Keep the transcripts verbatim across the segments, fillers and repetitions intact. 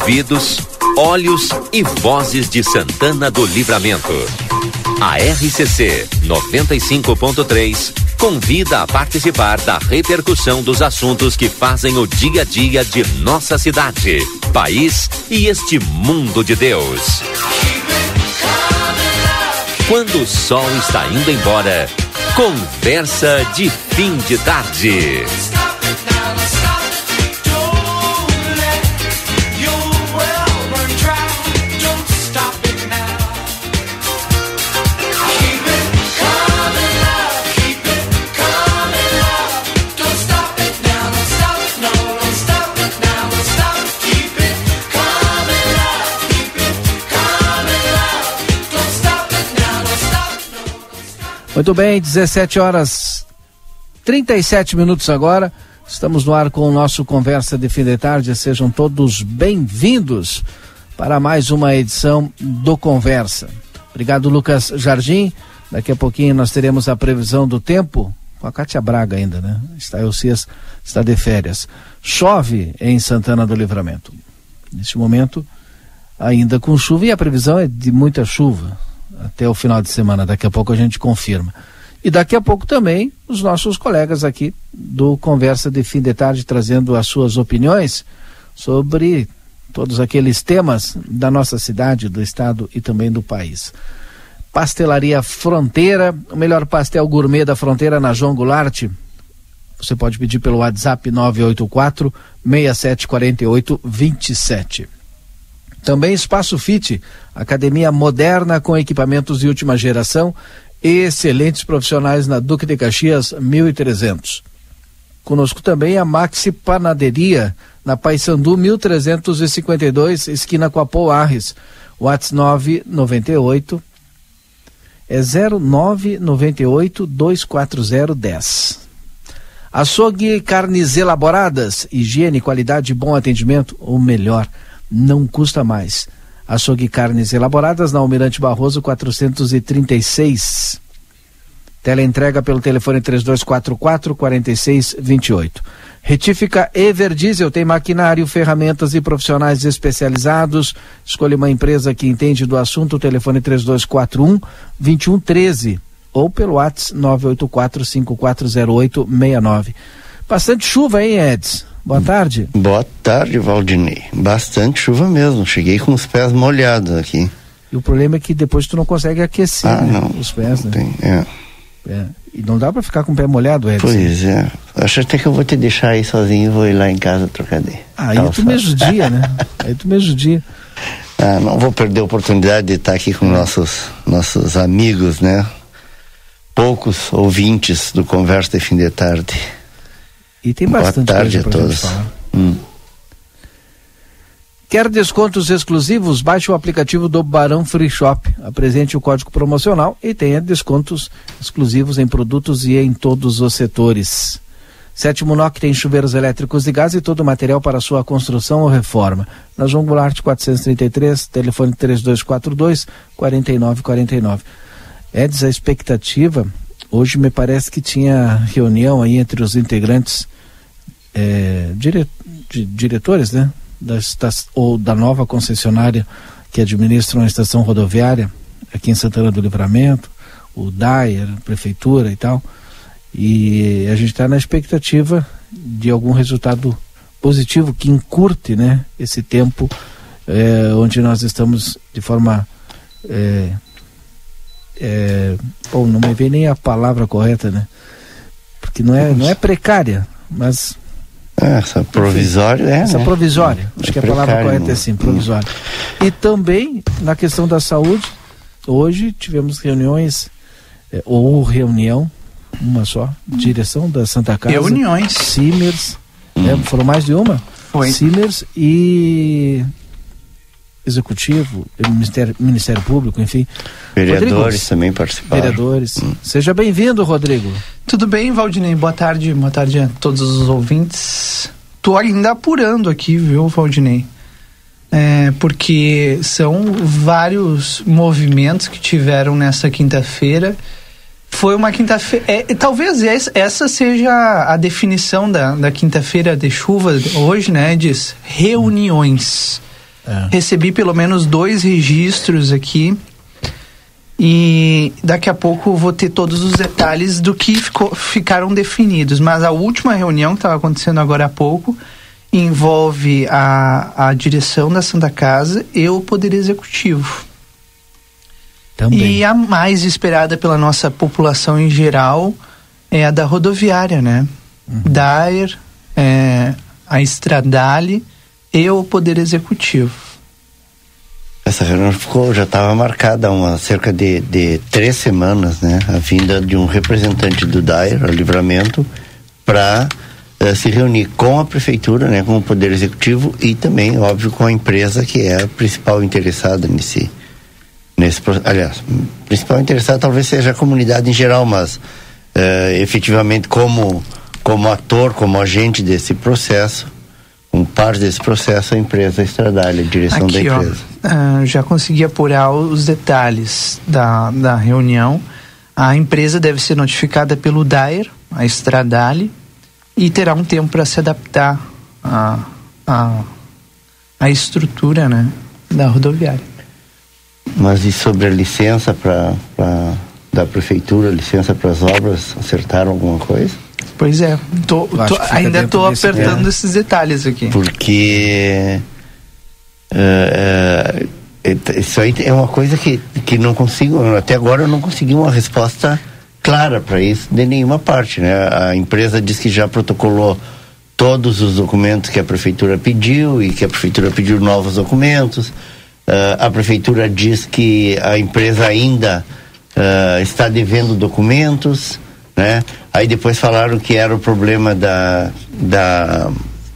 ouvidos, olhos e vozes de Santana do Livramento. A R C C noventa e cinco ponto três convida a participar da repercussão dos assuntos que fazem o dia a dia de nossa cidade, país e este mundo de Deus. Quando o sol está indo embora, conversa de fim de tarde. Muito bem, dezessete horas trinta e sete minutos agora. Estamos no ar com o nosso Conversa de Fim de Tarde. Sejam todos bem-vindos para mais uma edição do Conversa. Obrigado, Lucas Jardim. Daqui a pouquinho nós teremos a previsão do tempo com a Cátia Braga ainda, né? Está Elcias, está de férias. Chove em Santana do Livramento. Neste momento, ainda com chuva, e a previsão é de muita chuva até o final de semana. Daqui a pouco a gente confirma. E daqui a pouco também os nossos colegas aqui do Conversa de Fim de Tarde trazendo as suas opiniões sobre todos aqueles temas da nossa cidade, do estado e também do país. Pastelaria Fronteira, o melhor pastel gourmet da fronteira na João Goulart. Você pode pedir pelo WhatsApp nove oito quatro, seis sete quatro oito, dois sete. Também Espaço Fit, academia moderna com equipamentos de última geração, excelentes profissionais na Duque de Caxias mil e trezentos. Conosco também a Maxi Panaderia, na Paissandu mil trezentos e cinquenta e dois, esquina com a Poarres. WhatsApp nove nove oito, é zero nove nove oito, dois quatro zero, um zero. Açougue Carnes Elaboradas, higiene, qualidade e bom atendimento, o melhor. Não custa mais. Açougue Carnes Elaboradas na Almirante Barroso quatrocentos e trinta e seis. Teleentrega pelo telefone três dois quatro quatro, quatro seis dois oito. Retífica Everdiesel tem maquinário, ferramentas e profissionais especializados. Escolha uma empresa que entende do assunto. Telefone três dois quatro um, dois um um três ou pelo WhatsApp nove oito quatro, cinco quatro zero oito, seis nove. Bastante chuva, hein, Edson? Boa tarde. Boa tarde, Valdinei. Bastante chuva mesmo. Cheguei com os pés molhados aqui. E o problema é que depois tu não consegue aquecer, ah, né? não, os pés, não né? Tem, é. É. E não dá pra ficar com o pé molhado, Edson. Pois é. Acho até que eu vou te deixar aí sozinho e vou ir lá em casa trocar de. Ah, aí tu mesmo dia, né? Aí tu mesmo dia. Ah, não vou perder a oportunidade de estar aqui com é. nossos, nossos amigos, né? Poucos ouvintes do Conversa de Fim de Tarde. E tem bastante Boa tarde coisa pra a todos. gente falar. Hum. Quer descontos exclusivos? Baixe o aplicativo do Barão Free Shop. Apresente o código promocional e tenha descontos exclusivos em produtos e em todos os setores. Sétimo N O C tem chuveiros elétricos de gás e todo o material para sua construção ou reforma. Na João Goulart quatrocentos e trinta e três, telefone três dois quatro dois, quatro nove quatro nove. Edson, a expectativa, hoje me parece que tinha reunião aí entre os integrantes, é, dire, de, diretores, né? Da, ou da nova concessionária que administra uma estação rodoviária aqui em Santana do Livramento, o D A I R, a prefeitura e tal, e a gente está na expectativa de algum resultado positivo que encurte, né, esse tempo é, onde nós estamos de forma é, é, bom, não me vem nem a palavra correta, né, porque não é, não é precária, mas essa provisória, é, essa né? provisória, acho é que a palavra precário, correta é assim, provisória. Hum. E também na questão da saúde, hoje tivemos reuniões, é, ou reunião, uma só, hum. direção da Santa Casa. Reuniões. Simers, hum. é, foram mais de uma? Foi. Simers e Executivo, Ministério, Ministério Público, enfim. Vereadores Rodrigo, também participaram. Vereadores. Hum. Seja bem-vindo, Rodrigo. Tudo bem, Valdinei? Boa tarde, boa tarde a todos os ouvintes. Tô ainda apurando aqui, viu, Valdinei? É, porque são vários movimentos que tiveram nessa quinta-feira. Foi uma quinta-feira... É, talvez essa seja a definição da, da quinta-feira de chuva hoje, né? Diz reuniões. É. Recebi pelo menos dois registros aqui e daqui a pouco vou ter todos os detalhes do que ficou, ficaram definidos. Mas a última reunião que estava acontecendo agora há pouco envolve a, a direção da Santa Casa e o Poder Executivo. Também. E a mais esperada pela nossa população em geral é a da rodoviária, né? Uhum. Daer, é, a Estradale e o Poder Executivo. Essa reunião ficou, já estava marcada há uma, cerca de, de três semanas, né? A vinda de um representante do Daer, ao Livramento, para uh, se reunir com a Prefeitura, né? Com o Poder Executivo e também, óbvio, com a empresa que é a principal interessada nesse... Nesse, aliás, principal interessado talvez seja a comunidade em geral, mas uh, efetivamente como, como ator, como agente desse processo, um parte desse processo, a empresa Estradale, a direção Aqui, da empresa. Ó, uh, já consegui apurar os detalhes da, da reunião. A empresa deve ser notificada pelo Daer, a Estradale, e terá um tempo para se adaptar à a, a, a estrutura, né, da rodoviária. Mas e sobre a licença pra, pra, da prefeitura, licença para as obras, acertaram alguma coisa? Pois é, tô, tô, ainda estou apertando é. esses detalhes aqui. Porque uh, uh, isso aí é uma coisa que, que não consigo, até agora eu não consegui uma resposta clara para isso de nenhuma parte, né? A empresa diz que já protocolou todos os documentos que a prefeitura pediu e que a prefeitura pediu novos documentos. Uh, a prefeitura diz que a empresa ainda uh, está devendo documentos, né? Aí depois falaram que era o problema da, da,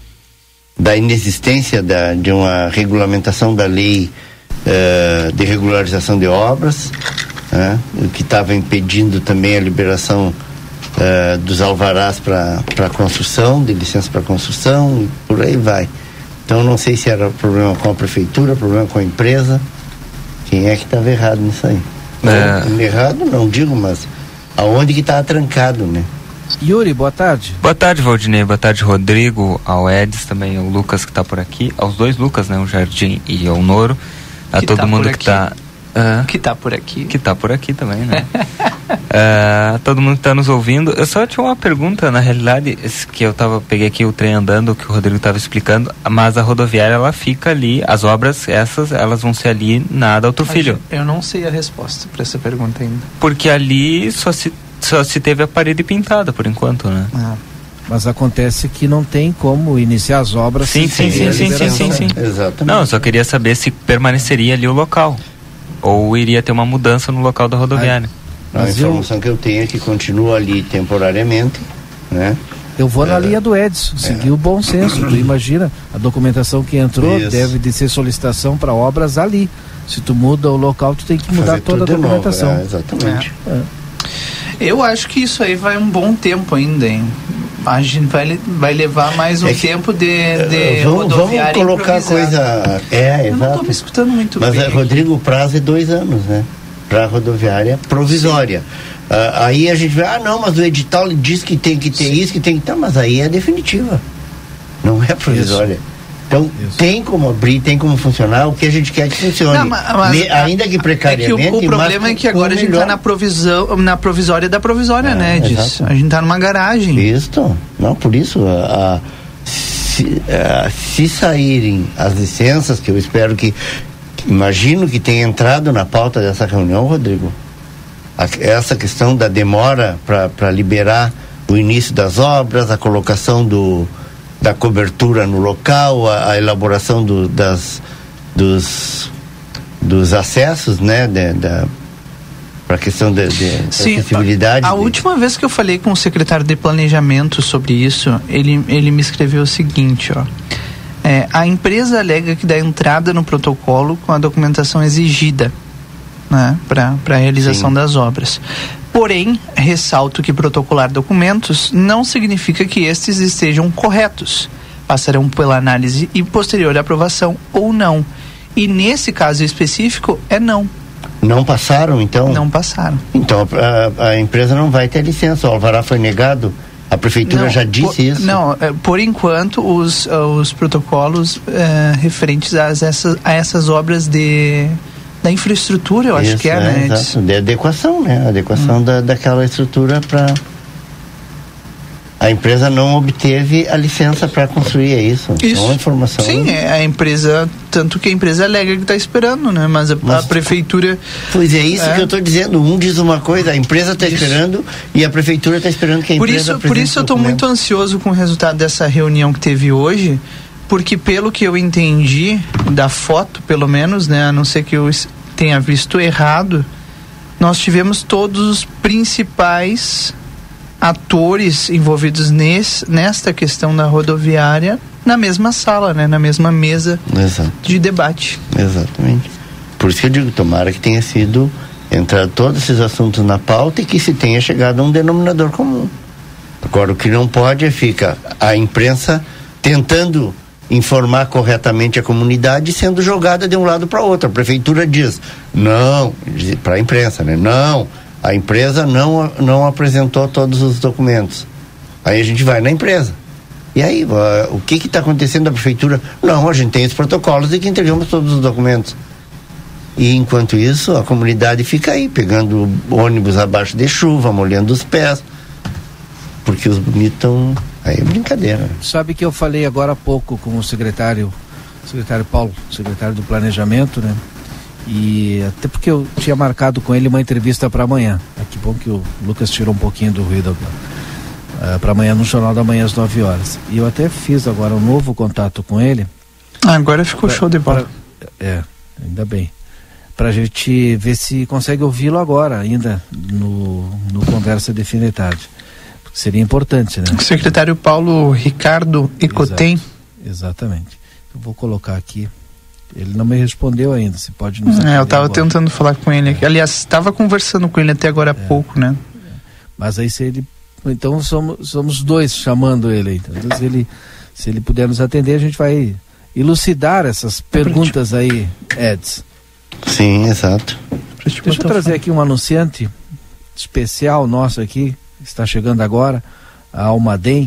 da inexistência da, de uma regulamentação da lei uh, de regularização de obras, né? O que estava impedindo também a liberação uh, dos alvarás para construção, de licença para construção, e por aí vai. Então não sei se era problema com a prefeitura, problema com a empresa. Quem é que estava errado nisso aí? É. Não, errado não digo, mas aonde que estava trancado, né? Yuri, boa tarde. Boa tarde, Valdinei, boa tarde, Rodrigo, ao Edis também, ao Lucas que está por aqui, aos dois Lucas, né, o Jardim e ao Noro, a que todo tá mundo que está uh, que está por aqui. Que está por aqui também, né? uh, todo mundo que está nos ouvindo. Eu só tinha uma pergunta, na realidade, que eu tava, peguei aqui o trem andando, que o Rodrigo estava explicando, mas a rodoviária, ela fica ali, as obras, essas, elas vão ser ali na Doutor Filho. Eu não sei a resposta para essa pergunta ainda. Porque ali só se, só se teve a parede pintada, por enquanto, né? Ah. Mas acontece que não tem como iniciar as obras sim, sem sim, sim, sim, sim, sim, sim. Exatamente. Não, eu só queria saber se permaneceria ali o local ou iria ter uma mudança no local da rodoviária. A informação eu... que eu tenho é que continua ali temporariamente, né? Eu vou é, na linha do Edson, seguir é. o bom senso. Tu imagina, a documentação que entrou Isso. deve de ser solicitação para obras ali. Se tu muda o local, tu tem que mudar Fazer toda a documentação. Novo, é, exatamente. É. É. Eu acho que isso aí vai um bom tempo ainda, hein? A gente vai, vai levar mais um é que, tempo de, de vamos, rodoviária vamos colocar coisa... É, eu exato. não estou me escutando muito Mas, bem. Mas, Rodrigo, o prazo é dois anos, né? Para a rodoviária provisória. Uh, aí a gente vai, ah, não, mas o edital diz que tem que ter Sim. isso, que tem que ter... Mas aí é definitiva. Não é provisória. Isso. Então, Isso. tem como abrir, tem como funcionar, o que a gente quer que funcione. Não, mas, mas, Me, ainda que precariamente. É que o, o problema é que agora a gente está na, provisão, na provisória da provisória, é, né, Edis? A gente está numa garagem. Isso, não, por isso, a, a, se, a, se saírem as licenças, que eu espero que, imagino que tenha entrado na pauta dessa reunião, Rodrigo, a, essa questão da demora para liberar o início das obras, a colocação do da cobertura no local, a, a elaboração do, das, dos, dos acessos, né, de, da, para a questão de, de Sim, acessibilidade. A, a de... última vez que eu falei com o secretário de planejamento sobre isso, ele, ele me escreveu o seguinte, ó, é, a empresa alega que dá entrada no protocolo com a documentação exigida, né, para a realização Sim. das obras. Porém, ressalto que protocolar documentos não significa que estes estejam corretos. Passarão pela análise e posterior aprovação ou não. E nesse caso específico, é não. Não passaram, então? Não passaram. Então, a, a empresa não vai ter licença. O alvará foi negado. A prefeitura não, já disse por, isso? Não, por enquanto os, os protocolos é, referentes a essas, a essas obras de, da infraestrutura, eu isso, acho que é, é né? Exato. De adequação, né? Adequação hum. da, daquela estrutura para... A empresa não obteve a licença para construir, é isso? Isso. É uma informação. Sim, é a empresa, tanto que a empresa alega que está esperando, né? Mas a, Mas, a prefeitura... Pois é isso é. que eu estou dizendo. Um diz uma coisa, a empresa está esperando e a prefeitura está esperando que a por empresa... Isso, por isso eu estou muito ansioso com o resultado dessa reunião que teve hoje, porque pelo que eu entendi, da foto pelo menos, né? A não ser que eu tenha visto errado, nós tivemos todos os principais... atores envolvidos nesse, nesta questão da rodoviária na mesma sala, né? Na mesma mesa Exato. de debate. Exatamente. Por isso que eu digo, tomara que tenha sido entrar todos esses assuntos na pauta e que se tenha chegado a um denominador comum. Agora, o que não pode é ficar a imprensa tentando informar corretamente a comunidade sendo jogada de um lado para outro. A prefeitura diz, não, para a imprensa, né? Não, a empresa não, não apresentou todos os documentos. Aí a gente vai na empresa. E aí, uh, o que está acontecendo na prefeitura? Não, a gente tem os protocolos e que entregamos todos os documentos. E enquanto isso, a comunidade fica aí, pegando ônibus abaixo de chuva, molhando os pés, porque os bonitos estão... Aí é brincadeira. Sabe que eu falei agora há pouco com o secretário, o secretário Paulo, secretário do Planejamento, né? E até porque eu tinha marcado com ele uma entrevista para amanhã. É que bom que o Lucas tirou um pouquinho do ruído agora. Uh, para amanhã no Jornal da Manhã às nove horas. E eu até fiz agora um novo contato com ele. Ah, agora ficou pra, show de bola. Pra, é, ainda bem. Pra gente ver se consegue ouvi-lo agora, ainda no, no Conversa de Fim de Tarde. Porque seria importante, né? O secretário Paulo Ricardo Ecotem. Exato, exatamente. Eu vou colocar aqui. Ele não me respondeu ainda, você pode nos É, eu estava tentando falar com ele aqui. Aliás, estava conversando com ele até agora há é, pouco, né? Mas aí se ele... Então somos, somos dois chamando ele. Então, se ele, se ele puder nos atender, a gente vai elucidar essas perguntas aí, Eds. Sim, exato. Deixa eu trazer aqui um anunciante especial nosso aqui, que está chegando agora, a Almaden,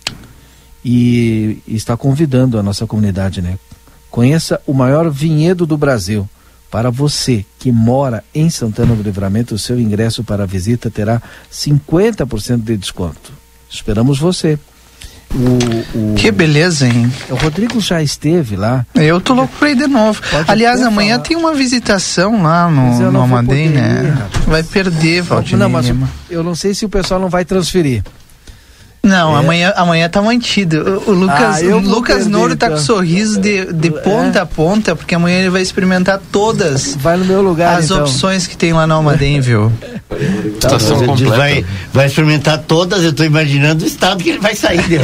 e, e está convidando a nossa comunidade, né? Conheça o maior vinhedo do Brasil. Para você que mora em Santana do Livramento, o seu ingresso para a visita terá cinquenta por cento de desconto. Esperamos você. O, o... Que beleza, hein? O Rodrigo já esteve lá. Eu tô louco pra ir de novo. Pode Aliás, amanhã falar. Tem uma visitação lá no, no Almaden, né? Ir, vai perder, Valdir. Não, mas eu não sei se o pessoal não vai transferir. Não, é. amanhã, amanhã tá mantido. O, o Lucas, ah, o Lucas Nouro tá com sorriso de, de ponta é. a ponta, porque amanhã ele vai experimentar todas vai no meu lugar, as então. opções que tem lá na Almaden, viu? Estação tá, completa. Vai, vai experimentar todas, eu tô imaginando o estado que ele vai sair de lá.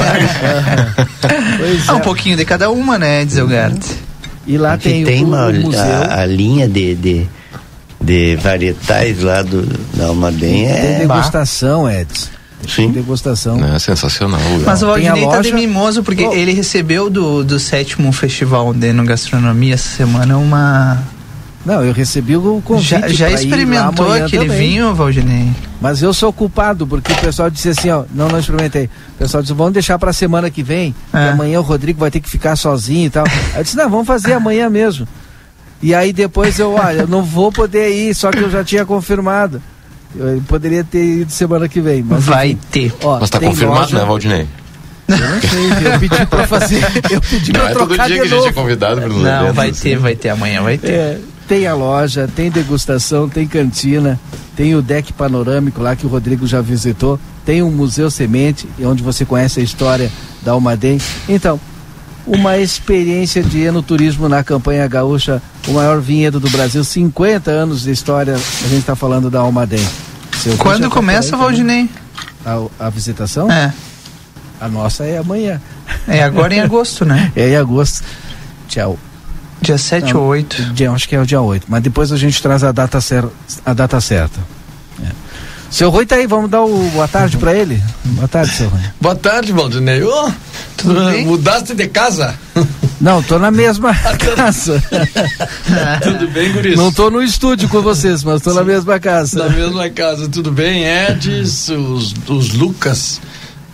Pois é. Um pouquinho de cada uma, né, Edselgard? E lá porque tem, tem o, uma, o museu. A, a linha de, de, de varietais lá do, da Almaden é... Tem degustação, Edson. Sim. Degustação. É sensacional. Mas o Valdinei tá de mimoso porque oh. ele recebeu do, do sétimo festival de Enogastronomia essa semana uma... Não, eu recebi o convite. Já, já experimentou aquele também. vinho, Valdinei? Mas eu sou culpado, porque o pessoal disse assim, ó, não, não experimentei. O pessoal disse, vamos deixar pra semana que vem, é. que amanhã o Rodrigo vai ter que ficar sozinho e tal. Aí eu disse, não, vamos fazer amanhã mesmo. E aí depois eu, olha, eu não vou poder ir, só que eu já tinha confirmado. Eu poderia ter ido semana que vem. Mas vai enfim, ter. Ó, mas tá confirmado, loja... né, Valdinei? Eu não sei, eu pedi pra fazer. Eu pedi não pra é trocar todo dia de que novo. a gente é convidado para Não, eventos, vai assim. ter, vai ter, amanhã vai ter. É, tem a loja, tem degustação, tem cantina, tem o deck panorâmico lá que o Rodrigo já visitou, tem o Museu Semente, onde você conhece a história da Almaden. Então, uma experiência de enoturismo na campanha gaúcha, o maior vinhedo do Brasil, cinquenta anos de história, a gente está falando da Almaden. Quando começa, tá Valdinei? A, a visitação? É. A nossa é amanhã. É agora em agosto, né? É em agosto. Tchau. Dia sete ou oito? Dia, acho que é o dia oito. Mas depois a gente traz a data, cer a data certa. É. Seu Rui tá aí, vamos dar o boa tarde pra ele? Boa tarde, seu Rui. Boa tarde, Valdinei. Oh, tudo bem? Mudaste de casa? Não, tô na mesma casa. Tudo bem, guris? Não tô no estúdio com vocês, mas tô Sim, na mesma casa. Na mesma casa, tudo bem, Edis, os, os Lucas,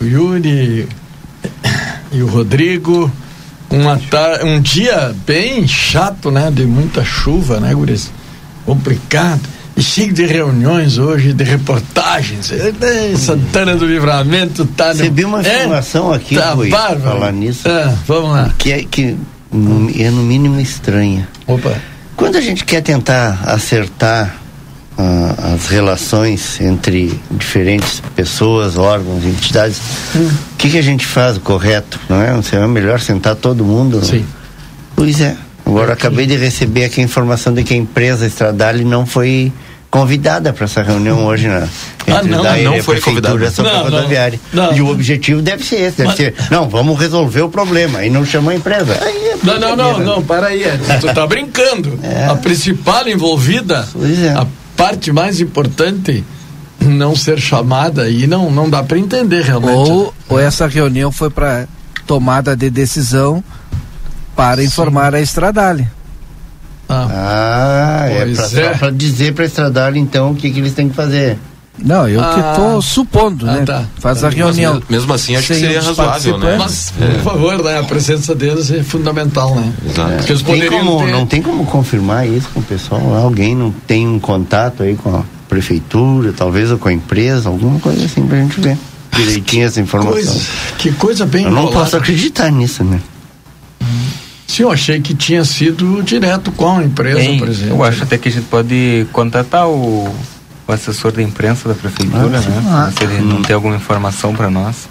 o Yuri e o Rodrigo. Uma tar... Um dia bem chato, né? De muita chuva, né, guris? Complicado. E cheio de reuniões hoje, de reportagens. É, Santana do Livramento tá... Recebi uma informação é, aqui, tá Rui, falar nisso. Ah, vamos lá. Que é, que é no mínimo estranha. Opa. Quando a gente quer tentar acertar uh, as relações entre diferentes pessoas, órgãos, entidades, o hum. que, que a gente faz correto? Não é? Não é melhor sentar todo mundo? Sim. Pois é. Agora, acabei de receber aqui a informação de que a empresa Estradale não foi convidada para essa reunião hoje na ah, não, não foi convidada sobre a rodoviária. Não, não. E o objetivo deve ser esse, deve Mas... ser, não, vamos resolver o problema, e não chama a empresa. Aí é não, não, não, não, para aí, tu tá brincando. É. A principal envolvida, é. a parte mais importante, não ser chamada, e não, não dá para entender realmente. Ou, ou essa reunião foi para tomada de decisão para Sim. informar a Estradale. Ah, ah é, pra, é. para dizer para a Estradale então o que, que eles têm que fazer. Não, eu ah, que estou supondo, ah, né? Tá. Faz tá. a reunião. Mas, mesmo assim, acho que seria razoável, né? Mas, é. por favor, né? A presença deles é fundamental, né? Exato. É. Porque eles tem como, ter... Não tem como confirmar isso com o pessoal? Alguém não tem um contato aí com a prefeitura, talvez, ou com a empresa, alguma coisa assim pra gente ver direitinho essa informação. Coisa, que coisa bem Eu não enrolada. Posso acreditar nisso, né? Sim, eu achei que tinha sido direto com a empresa, Bem, por exemplo. Eu acho até que a gente pode contatar o, o assessor da imprensa da prefeitura, ah, né? Ah, se ele hum. não tem alguma informação para nós.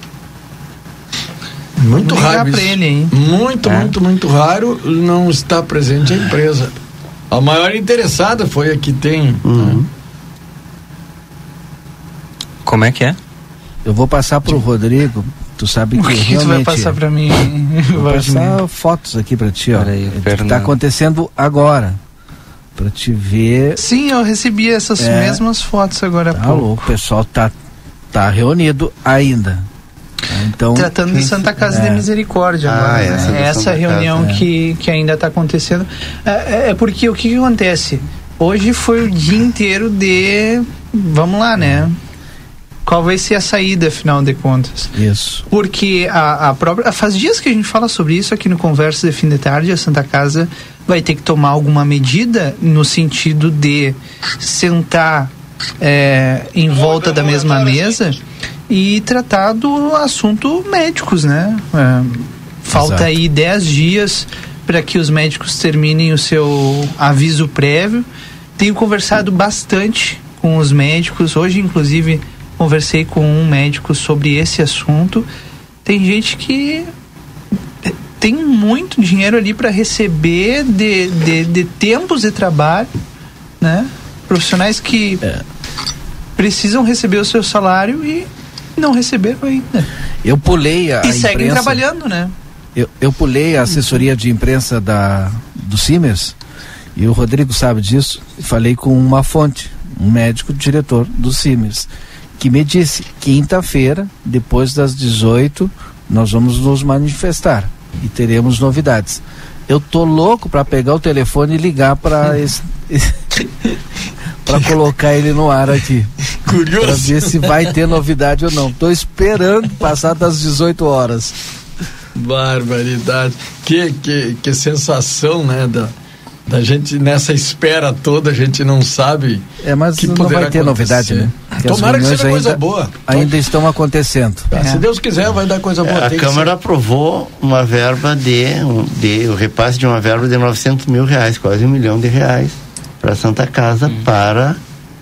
Muito raro isso. Ele, hein? Muito, é. muito, muito raro não estar presente a empresa. A maior interessada foi a que tem. Uhum. Né? Como é que é? Eu vou passar pro Rodrigo. Tu sabe que, que realmente... tu vai passar pra mim? Vou passar fotos aqui pra ti, ó. Aí, que tá acontecendo agora. Pra te ver... Sim, eu recebi essas é, mesmas fotos agora há tá pouco. Louco, o pessoal tá, tá reunido ainda. Então, tratando de Santa Casa é. de Misericórdia ah, agora, essa, né? essa reunião Casa, que, é. que ainda está acontecendo. É, é porque o que, que acontece? Hoje foi o dia inteiro de... Vamos lá, né? Qual vai ser a saída, afinal de contas? Isso. Porque a, a própria... Faz dias que a gente fala sobre isso aqui no Conversa de Fim de Tarde. A Santa Casa vai ter que tomar alguma medida no sentido de sentar é, em volta da mesma mesa e tratar do assunto médicos, né? É, falta Exato. aí dez dias para que os médicos terminem o seu aviso prévio. Tenho conversado bastante com os médicos. Hoje, inclusive... Conversei com um médico sobre esse assunto. Tem gente que tem muito dinheiro ali para receber de, de, de tempos de trabalho, né? Profissionais que é. precisam receber o seu salário e não receberam ainda. Eu pulei a, e a seguem imprensa, trabalhando, né? Eu, eu pulei a assessoria de imprensa da, do Simers, e o Rodrigo sabe disso. Falei com uma fonte, um médico diretor do Simers, que me disse, quinta-feira, depois das dezoito, nós vamos nos manifestar e teremos novidades. Eu tô louco para pegar o telefone e ligar para esse, esse para colocar ele no ar aqui. Curioso. Para ver se vai ter novidade ou não. Tô esperando passar das dezoito horas. Barbaridade. Que, que, que sensação, né, da da gente nessa espera toda, a gente não sabe. É, mas que não vai ter acontecer. Novidade, né? Que Tomara que seja coisa ainda, boa. Ainda estão acontecendo. É. Se Deus quiser, vai dar coisa boa. É, a Câmara aprovou uma verba de, de o repasse de uma verba de novecentos mil reais, quase um milhão de reais, para a Santa Casa, hum. para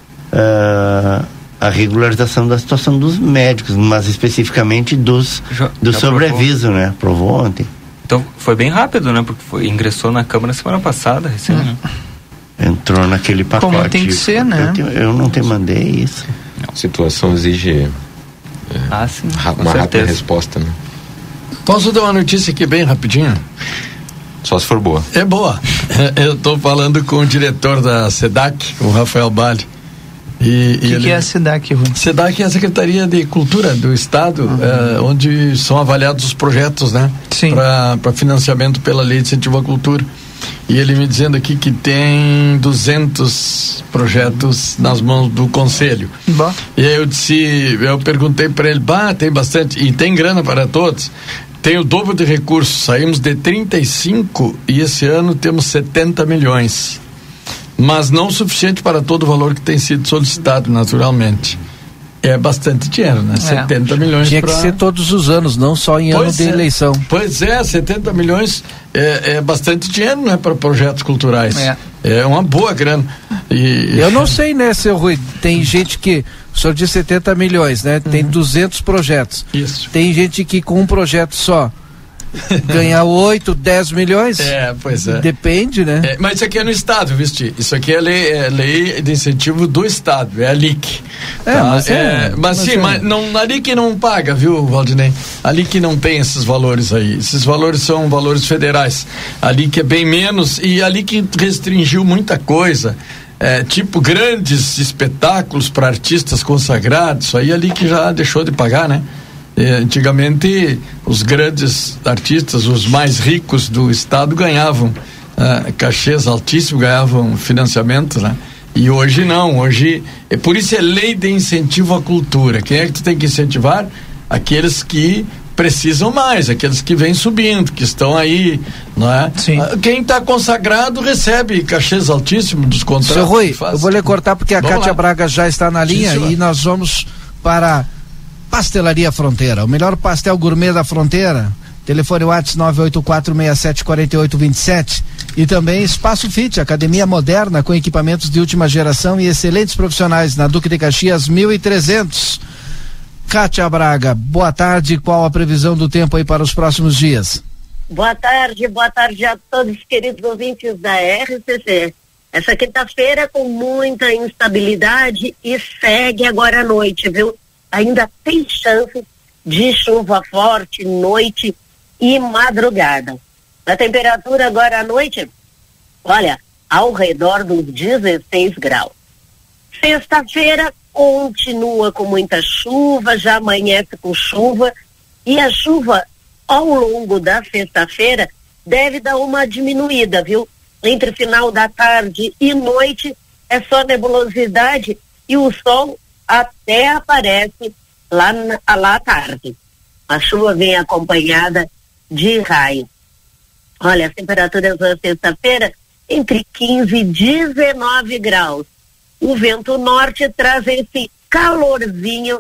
uh, a regularização da situação dos médicos, mas especificamente dos já, do já sobreaviso, aprovou. né? Aprovou ontem. Então foi bem rápido, né? Porque foi, ingressou na Câmara semana passada, recém. Hum. Entrou naquele pacote. Como tem que ser, né? Eu, eu não te mandei isso. A situação exige é, ah, sim, uma rápida resposta, né? Posso dar uma notícia aqui bem rapidinho? Só se for boa. É boa. Eu estou falando com o diretor da SEDAC, o Rafael Bale. O que, ele... que é a SEDAC, Rui? SEDAC é a Secretaria de Cultura do Estado, uhum. é, onde são avaliados os projetos, né? Sim. Para financiamento pela Lei de Incentivo à Cultura. e ele me dizendo aqui que tem duzentos projetos nas mãos do conselho. Bah. E aí eu disse, eu perguntei para ele, bah, tem bastante, e tem grana para todos? Tem o dobro de recursos, saímos de trinta e cinco e esse ano temos setenta milhões, mas não o suficiente para todo o valor que tem sido solicitado, naturalmente. É bastante dinheiro, né? É. setenta milhões. Tinha pra... que ser todos os anos, não só em pois ano de é. eleição. Pois é, setenta milhões é, é bastante dinheiro, né? Para projetos culturais. É. É uma boa grana. E... Eu não sei, né, seu Rui? Tem gente que, o senhor disse setenta milhões, né? Tem uhum. duzentos projetos. Isso. Tem gente que com um projeto só ganha oito, dez milhões. É, pois é. Depende, né? É, mas isso aqui é no Estado, viu, Sti? Isso aqui é lei, é lei de incentivo do Estado, é a L I C. É, tá? mas, é, é, mas, mas sim, é. mas não, a L I C não paga, viu, Valdinei? A L I C não tem esses valores aí. Esses valores são valores federais. A L I C é bem menos e a L I C restringiu muita coisa. É, tipo grandes espetáculos para artistas consagrados, isso aí a L I C já deixou de pagar, né? É, antigamente os grandes artistas, os mais ricos do estado ganhavam uh, cachês altíssimos, ganhavam financiamento, né? E hoje não, hoje é por isso é lei de incentivo à cultura. Quem é que tu tem que incentivar? Aqueles que precisam mais, aqueles que vêm subindo, que estão aí, não é? Sim. Quem está consagrado recebe cachês altíssimos dos contratos. Seu Rui, eu vou lhe cortar porque a Kátia Braga já está na linha. Sim, e nós vamos para Pastelaria Fronteira, o melhor pastel gourmet da fronteira. Telefone WhatsApp nove oito quatro, seis sete quatro oito dois sete. E também Espaço Fit, academia moderna com equipamentos de última geração e excelentes profissionais na Duque de Caxias mil e trezentos. Kátia Braga, boa tarde. Qual a previsão do tempo aí para os próximos dias? Boa tarde, boa tarde a todos os queridos ouvintes da R C C. Essa quinta-feira com muita instabilidade e segue agora à noite, viu? Ainda tem chance de chuva forte, noite e madrugada. A temperatura agora à noite, olha, ao redor dos dezesseis graus. Sexta-feira continua com muita chuva, já amanhece com chuva, e a chuva ao longo da sexta-feira deve dar uma diminuída, viu? Entre final da tarde e noite é só nebulosidade e o sol até aparece lá, na, lá à tarde. A chuva vem acompanhada de raio. Olha, as temperaturas da sexta-feira entre quinze e dezenove graus. O vento norte traz esse calorzinho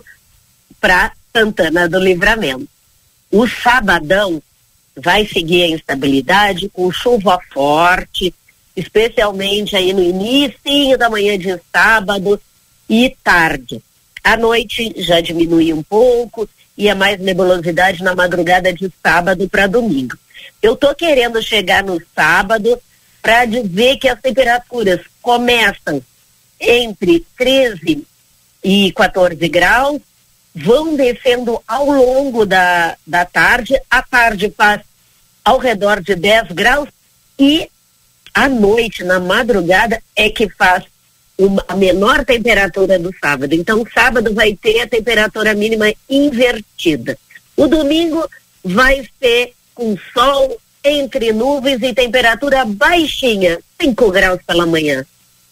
para Santana do Livramento. O sabadão vai seguir a instabilidade com chuva forte, especialmente aí no início da manhã de sábado e tarde. À noite já diminui um pouco e é mais nebulosidade na madrugada de sábado para domingo. Eu tô querendo chegar no sábado para dizer que as temperaturas começam entre treze e quatorze graus, vão descendo ao longo da, da tarde, à tarde faz ao redor de dez graus e à noite, na madrugada, é que faz uma, a menor temperatura do sábado. Então, sábado vai ter a temperatura mínima invertida. O domingo vai ser com sol entre nuvens e temperatura baixinha, cinco graus pela manhã.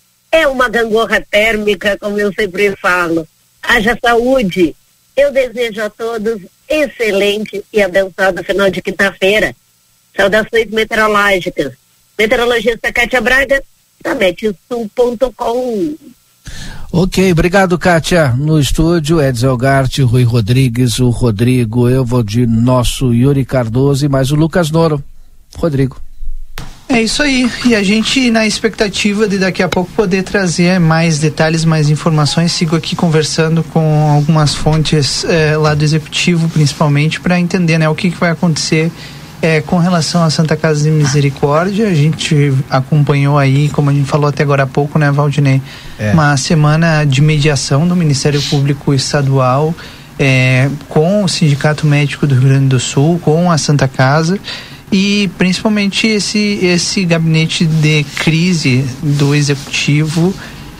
É uma gangorra térmica, como eu sempre falo. Haja saúde. Eu desejo a todos excelente e abençoado final de quinta-feira. Saudações meteorológicas. Meteorologista Kátia Braga, da Metsul ponto com. Ok, obrigado, Kátia. No estúdio, Edson Elgarte, Rui Rodrigues, o Rodrigo, eu vou de nosso Yuri Cardoso e mais o Lucas Noro. Rodrigo. É isso aí, e a gente na expectativa de daqui a pouco poder trazer mais detalhes, mais informações, sigo aqui conversando com algumas fontes eh, lá do Executivo, principalmente, para entender, né, o que, que vai acontecer eh, com relação à Santa Casa de Misericórdia. A gente acompanhou aí, como a gente falou até agora há pouco, né, Valdinei, é. uma semana de mediação do Ministério Público Estadual eh, com o Sindicato Médico do Rio Grande do Sul, com a Santa Casa, e principalmente esse, esse gabinete de crise do executivo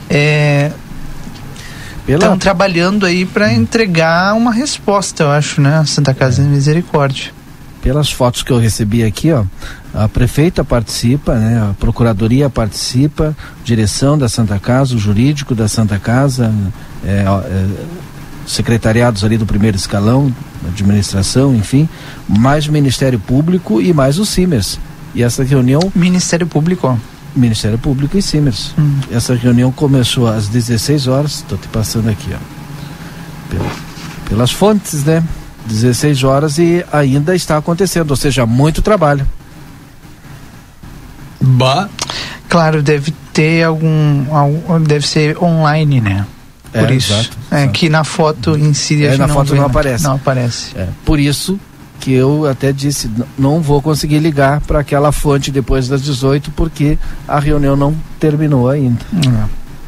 estão é, trabalhando aí para entregar uma resposta, eu acho, né? Santa Casa de Misericórdia. pelas fotos que eu recebi aqui, ó, a prefeita participa, né, a procuradoria participa, direção da Santa Casa, o jurídico da Santa Casa, é, é, secretariados ali do primeiro escalão, administração, enfim, mais o Ministério Público e mais o Simers. E essa reunião... Ministério Público, ó. Ministério Público e Simers. Hum. Essa reunião começou às dezesseis horas, estou te passando aqui, ó, Pel, pelas fontes, né? dezesseis horas e ainda está acontecendo, ou seja, muito trabalho. Bah. Claro, deve ter algum, algum deve ser online, né? Por é, isso. Exato, é exato. que na foto em si é, a gente na não foto vê, não aparece. Não aparece. É, por isso que eu até disse, não vou conseguir ligar para aquela fonte depois das dezoito, porque a reunião não terminou ainda. Hum.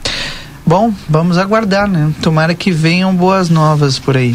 Bom, vamos aguardar, né? Tomara que venham boas novas por aí.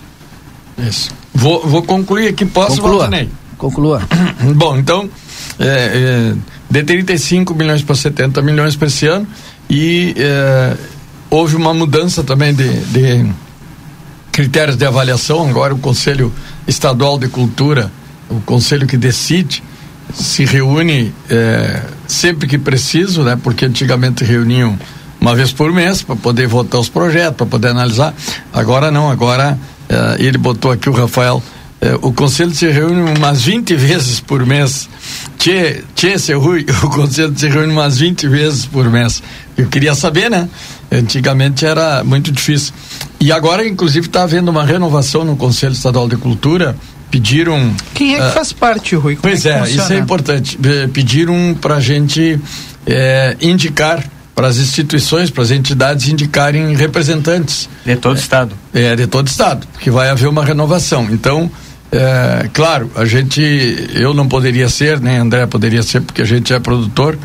Isso. Vou, vou concluir aqui, posso, Conclua. Valdinei? Conclua. Bom, então, é, é, de trinta e cinco milhões para setenta milhões para esse ano, e é, houve uma mudança também de, de critérios de avaliação. Agora o Conselho Estadual de Cultura, o conselho que decide, se reúne é, sempre que preciso, né? Porque antigamente reuniam uma vez por mês para poder votar os projetos, para poder analisar. Agora não, agora é, ele botou aqui o Rafael, é, o conselho se reúne umas vinte vezes por mês. Tchê, tchê, seu Rui, o conselho se reúne umas vinte vezes por mês. Eu queria saber, né? Antigamente era muito difícil. E agora, inclusive, está havendo uma renovação no Conselho Estadual de Cultura. Pediram... Quem é que uh, faz parte, Rui? Como pois é, é, isso é importante. Pediram para a gente é, indicar para as instituições, para as entidades indicarem representantes. De todo o Estado. É, de todo o Estado, que vai haver uma renovação. Então, é, claro, a gente, eu não poderia ser, nem André poderia ser, porque a gente é produtor,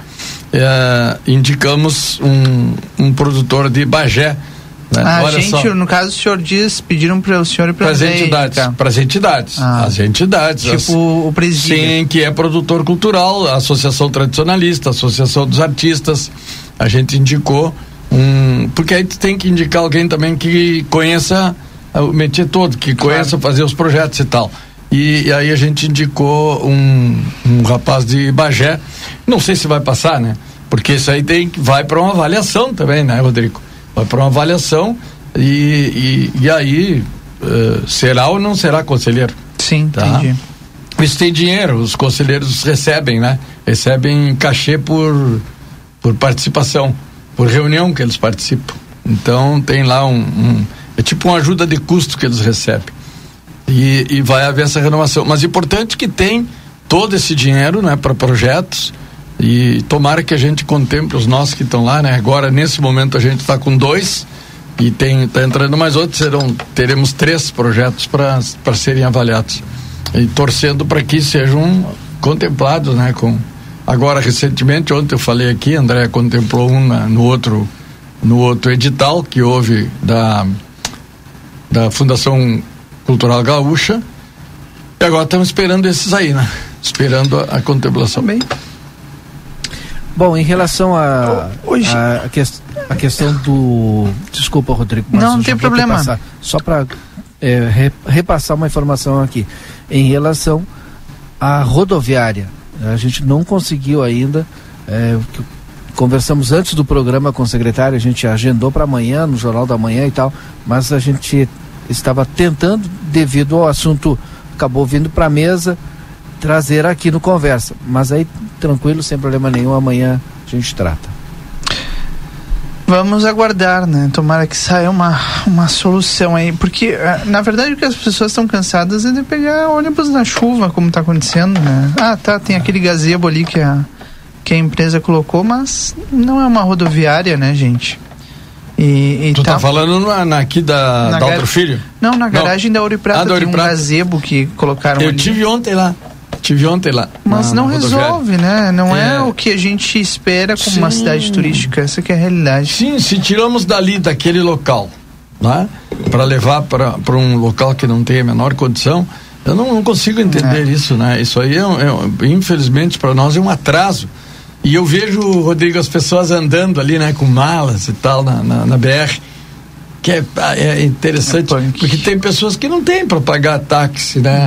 é, indicamos um, um produtor de Bagé. Né? A Olha gente, só, no caso, o senhor diz, pediram para o senhor e para as entidades, para as entidades, ah, as entidades, tipo as, o presídio. Sim, que é produtor cultural, a Associação Tradicionalista, a Associação dos Artistas. A gente indicou um, porque aí tem que indicar alguém também que conheça o métier todo, que conheça claro. Fazer os projetos e tal. E, e aí a gente indicou um, um rapaz de Bagé. Não sei se vai passar, né? Porque isso aí tem, vai para uma avaliação também, né, Rodrigo? Vai para uma avaliação e, e, e aí uh, será ou não será conselheiro? Sim, tá? Entendi. Isso tem dinheiro, os conselheiros recebem, né? Recebem cachê por, por participação, por reunião que eles participam. Então tem lá um, um é tipo uma ajuda de custo que eles recebem. E, e vai haver essa renovação. Mas é importante que tem todo esse dinheiro, né, para projetos. E tomara que a gente contemple os nossos que estão lá, né? Agora, nesse momento, a gente está com dois e tem, tá entrando mais outros. Serão, teremos três projetos para serem avaliados. E torcendo para que sejam contemplados, né? Com, agora, recentemente, ontem eu falei aqui, André contemplou um na, no, outro, no outro edital que houve da, da Fundação Cultural Gaúcha. E agora estamos esperando esses aí, né? Esperando a, a contemplação. Bem. Bom, em relação a, Hoje... a, a, que, a questão do... Desculpa, Rodrigo, mas não, não tem problema. Passar, só para é, re, repassar uma informação aqui. Em relação à rodoviária, a gente não conseguiu ainda, é, conversamos antes do programa com o secretário, a gente agendou para amanhã, no Jornal da Manhã e tal, mas a gente estava tentando, devido ao assunto, acabou vindo para a mesa, trazer aqui no Conversa, mas aí tranquilo, sem problema nenhum, amanhã a gente trata. Vamos aguardar, né? Tomara que saia uma, uma solução aí, porque na verdade o que as pessoas estão cansadas é de pegar ônibus na chuva, como está acontecendo, né? Ah, tá, tem aquele gazebo ali que a, que a empresa colocou, mas não é uma rodoviária, né, gente? E, e tu tá, tá falando na, na, aqui da, na da Outro Filho? Não, na garagem não. da Ouro e Prata, ah, tem um Prata. gazebo que colocaram Eu ali. tive ontem lá. Tive ontem lá. Mas na, não na resolve, né? Não é. é o que a gente espera como Sim. uma cidade turística. Essa que é a realidade. Sim, se tiramos dali, daquele local, né? Para levar para um local que não tem a menor condição, eu não, não consigo entender é. isso, né? Isso aí, é, é, infelizmente, para nós é um atraso. E eu vejo, Rodrigo, as pessoas andando ali, né? Com malas e tal, na, na, na B R. Que é, é interessante, é porque tem pessoas que não têm para pagar táxi, né? Não.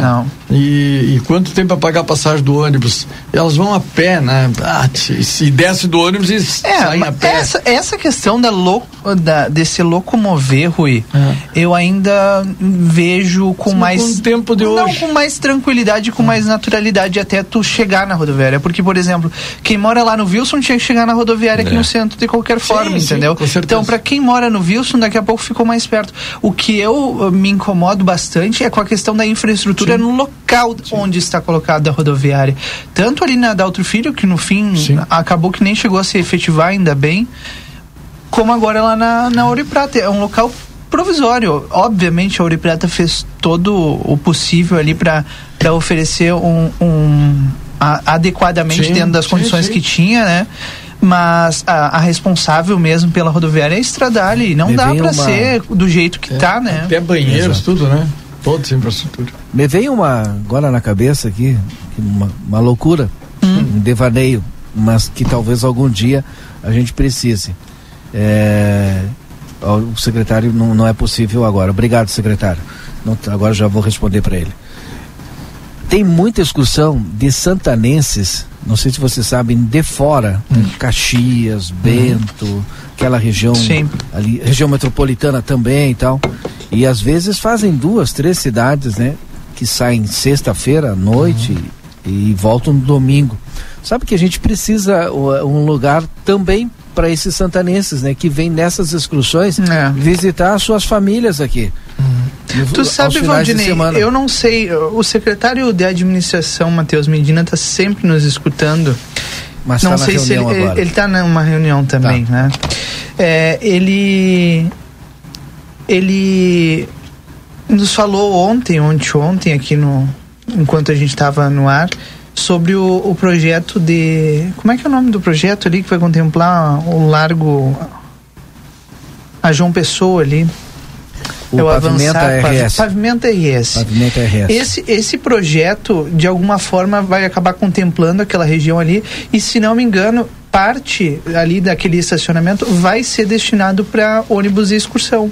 E, e quanto tempo para pagar a passagem do ônibus? Elas vão a pé, né? Ah, se desce do ônibus e é, saem a pé. Essa, essa questão da lo, da, desse locomover, Rui, é. eu ainda vejo com Sim, mais... Com o tempo de não, hoje. com mais tranquilidade, com é. mais naturalidade até tu chegar na rodoviária. Porque, por exemplo, quem mora lá no Wilson tinha que chegar na rodoviária é. aqui no centro de qualquer forma, sim, entendeu? Sim, então, para quem mora no Wilson, daqui a pouco ficou mais perto. O que eu uh, me incomodo bastante é com a questão da infraestrutura sim. no local Sim. onde está colocada a rodoviária. Tanto ali na Daltro Filho, que no fim Sim. acabou que nem chegou a se efetivar, ainda bem, como agora lá na, na Ouro e Prata. É um local provisório. Obviamente a Ouro e Prata fez todo o possível ali para oferecer um, um a, adequadamente sim, dentro das sim, condições sim. que tinha, né? Mas a, a responsável mesmo pela rodoviária é a Estradale. Não Me dá para uma... ser do jeito que é, tá, né? Até banheiros, Exato. tudo, né? Toda essa infraestrutura. Me veio uma, agora na cabeça aqui, uma, uma loucura, hum. um devaneio, mas que talvez algum dia a gente precise. É, o secretário não, não é possível agora. Obrigado, secretário. Não, agora já vou responder para ele. Tem muita excursão de santanenses, não sei se vocês sabem, de fora, hum. Caxias, Bento, hum. aquela região Sim. ali, região metropolitana também e tal. E às vezes fazem duas, três cidades, né? Que saem sexta-feira à noite uhum. e, e voltam no domingo. Sabe que a gente precisa uh, um lugar também para esses santanenses, né? Que vêm nessas excursões é. visitar as suas famílias aqui. Uhum. No, tu sabe, Valdinei, eu não sei, o secretário de administração, Matheus Medina, está sempre nos escutando. Mas não tá sei na se ele agora. ele está numa reunião também, tá. né? É, ele... Ele nos falou ontem, ontem, ontem aqui no, enquanto a gente estava no ar, sobre o, o projeto de, como é que é o nome do projeto ali que vai contemplar o largo, a João Pessoa ali? O é o Pavimenta avançar, R S. Pavimenta R S. Pavimenta R S. Esse, esse projeto, de alguma forma, vai acabar contemplando aquela região ali e, se não me engano, parte ali daquele estacionamento vai ser destinado para ônibus e excursão.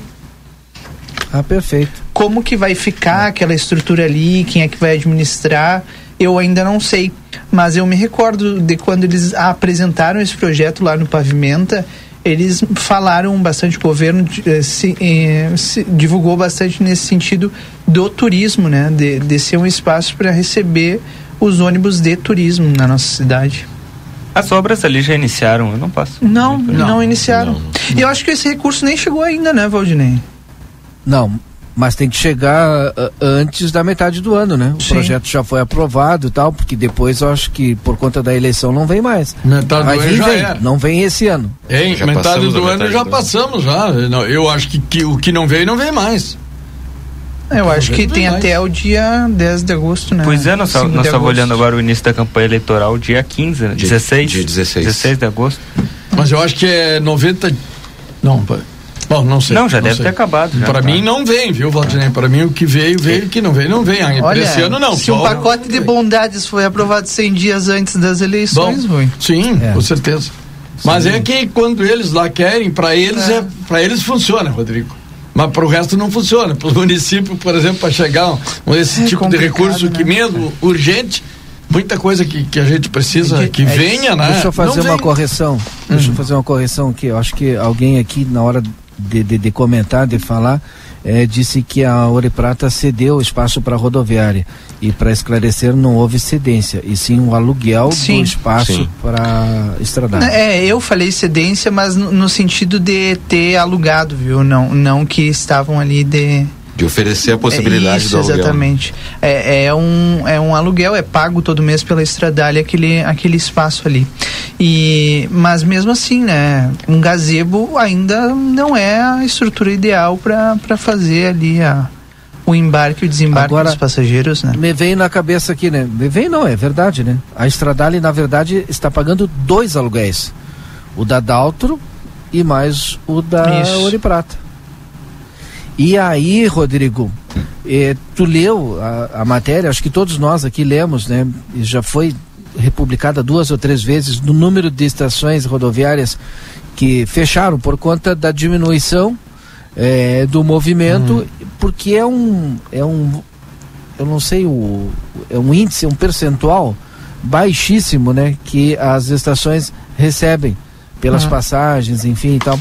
Ah, perfeito. Como que vai ficar aquela estrutura ali, quem é que vai administrar, eu ainda não sei. Mas eu me recordo de quando eles apresentaram esse projeto lá no Pavimenta, eles falaram bastante, o governo se, eh, se divulgou bastante nesse sentido do turismo, né? De, de ser um espaço para receber os ônibus de turismo na nossa cidade. As obras ali já iniciaram, eu não passo. Não, não, não iniciaram. Não, não. E eu acho que esse recurso nem chegou ainda, né, Valdinei? Não, mas tem que chegar uh, antes da metade do ano, né? O Sim. projeto já foi aprovado e tal, porque depois eu acho que por conta da eleição não vem mais. Metade Mas do ano já vem, é. Não vem esse ano. Hein, já metade do ano metade já do passamos já. Eu acho que, que o que não veio não vem mais. Eu acho que tem mais. Até o dia dez de agosto, né? Pois é, nós estamos olhando agora o início da campanha eleitoral, dia quinze, né? Dia, dezesseis? Dia dezesseis. dezesseis de agosto. Mas eu acho que é noventa... Não, bom, não sei. Não, já não deve sei. ter acabado. Para mim não vem, viu, Valdinei? Para mim o que veio, veio, o que não veio, não vem. Olha, esse ano não. Se um pacote de bondades foi aprovado cem dias antes das eleições, Bom, Rui. Sim, é. com certeza. Mas sim. é que quando eles lá querem, para eles é. é para eles funciona, Rodrigo. Mas para o resto não funciona. Para o município, por exemplo, para chegar um, esse é tipo de recurso, né? Que mesmo urgente, muita coisa que, que a gente precisa é, que é, venha, né? Deixa eu fazer não uma vem. correção. Deixa hum. eu fazer uma correção aqui. Eu acho que alguém aqui, na hora de, de, de comentar, de falar, é, disse que a Ouro e Prata cedeu espaço para a rodoviária. E para esclarecer, não houve cedência, e sim o um aluguel sim, do espaço para Estradale. É, eu falei cedência, mas no, no sentido de ter alugado, viu? Não, não que estavam ali de... De oferecer a possibilidade é isso, do aluguel. Exatamente. É, é, um, é um aluguel, é pago todo mês pela Estradale aquele, aquele espaço ali. E, mas mesmo assim, né? Um gazebo ainda não é a estrutura ideal para fazer ali a, o embarque e o desembarque Agora, dos passageiros, né? Me veio na cabeça aqui, né? Me veio não, é verdade, né? A Estradale, na verdade, está pagando dois aluguéis. O da Daltro e mais o da Ouro e Prata. E aí, Rodrigo, eh, tu leu a, a matéria, acho que todos nós aqui lemos, né? E já foi republicada duas ou três vezes no número de estações rodoviárias que fecharam por conta da diminuição eh, do movimento, hum. porque é um, é um eu não sei, o, é um índice, um percentual baixíssimo, né, que as estações recebem pelas uhum. passagens, enfim e tal.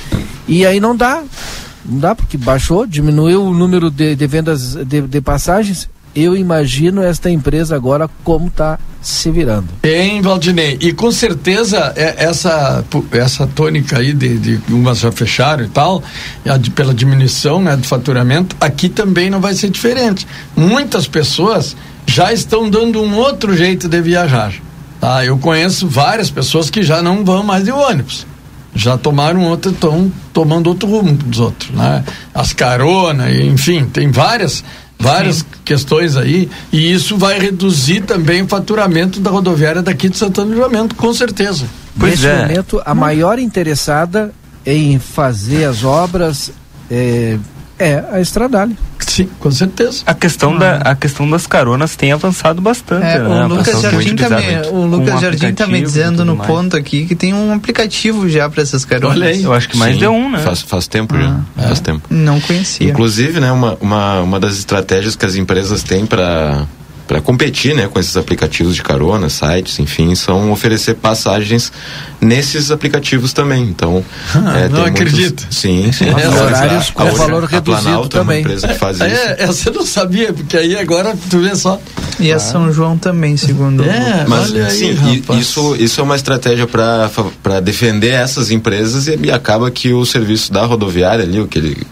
E aí não dá, não dá porque baixou, diminuiu o número de, de vendas de, de passagens. Eu imagino esta empresa agora como está se virando. Hein, Valdinei? E com certeza é, essa, essa tônica aí de, de umas já fecharam e tal, a de, pela diminuição, né, do faturamento, aqui também não vai ser diferente. Muitas pessoas já estão dando um outro jeito de viajar. Tá? Eu conheço várias pessoas que já não vão mais de ônibus. Já tomaram outro, estão tomando outro rumo dos outros, né? As caronas, enfim, tem várias várias Sim. questões aí, e isso vai reduzir também o faturamento da rodoviária daqui de Santana do Livramento, com certeza. Pois Neste é. momento, a maior interessada em fazer as obras é, é a Estradale. Sim, com certeza. A questão, ah. da, a questão das caronas tem avançado bastante, é, né? O Lucas Jardim também, o Lucas um Jardim tá me dizendo no mais. ponto aqui que tem um aplicativo já para essas caronas. Olha aí, eu acho que mais Sim, de um, né? Faz, faz tempo ah, já, é. faz tempo. Não conhecia. Inclusive, né, uma, uma, uma das estratégias que as empresas têm para para competir, né, com esses aplicativos de carona, sites, enfim, são oferecer passagens nesses aplicativos também. Então, ah, é, não tem acredito. Muitos, sim, sim. É, horários com a, valor a reduzido Planalto também. É uma empresa que faz é, isso. É, essa eu não sabia, porque aí agora tu vê só. E a São João também, segundo. É, mas olha aí, sim, rapaz. isso isso é uma estratégia para para defender essas empresas e, e acaba que o serviço da rodoviária ali, o que ele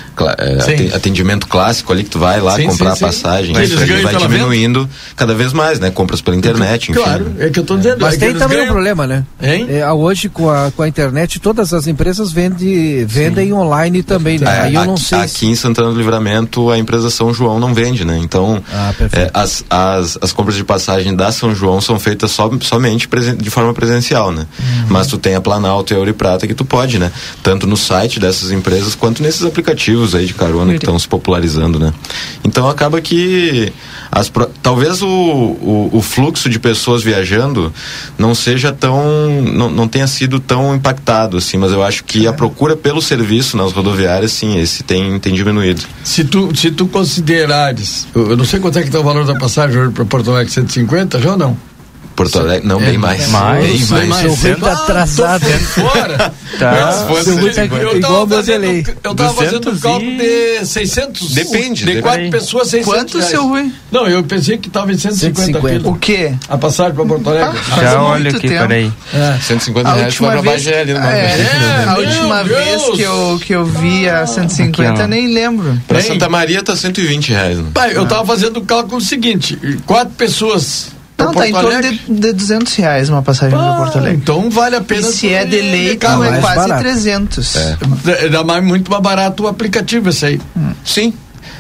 É, atendimento clássico ali que tu vai lá sim, comprar sim, a passagem, sim. Isso, ele vai diminuindo venda? cada vez mais, né? Compras pela internet, enfim. Claro, é que eu tô dizendo. Mas é tem também ganham. um problema, né? É, hoje com a, com a internet todas as empresas vende, vendem sim. online também, né? É, Aí eu não aqui, sei aqui se... em Santana do Livramento a empresa São João não vende, né? Então ah, é, as, as, as compras de passagem da São João são feitas só, somente presen, de forma presencial, né? Uhum. Mas tu tem a Planalto e a Ouro e Prata que tu pode, né? Tanto no site dessas empresas quanto nesses aplicativos aí de carona que estão se popularizando, né? Então acaba que as, talvez o, o, o fluxo de pessoas viajando não seja tão, não, não tenha sido tão impactado assim, mas eu acho que a procura pelo serviço nas rodoviárias, sim, esse tem, tem diminuído. Se tu, se tu considerares, eu, eu não sei quanto é que está o valor da passagem hoje para Porto Alegre, cento e cinquenta já ou não? Porto Alegre, não, é, bem mais. mais bem mais. mais. O Rui tá atrasado. Fora. Tá. Se o Rui tá igual meu delay. Eu tava fazendo um cálculo de seiscentos. Depende. De quatro pessoas, seiscentos. Quanto, seu Rui? Não, eu pensei que tava em cento e cinquenta. O quê? A passagem para Porto Alegre. Ah, já olha aqui, peraí. É. cento e cinquenta reais para Bagé ali no é, é, A última Deus. vez que eu, que eu vi a cento e cinquenta, aqui, nem lembro. Para Santa Maria tá cento e vinte reais. Né? Pai, eu tava fazendo o cálculo seguinte: quatro pessoas. Não, tá em torno de, de duzentos reais uma passagem para Porto Alegre. Então vale a pena. E se é de leito, é, é quase barato. trezentos. É. Dá mais, muito mais barato o aplicativo esse aí. Hum. Sim.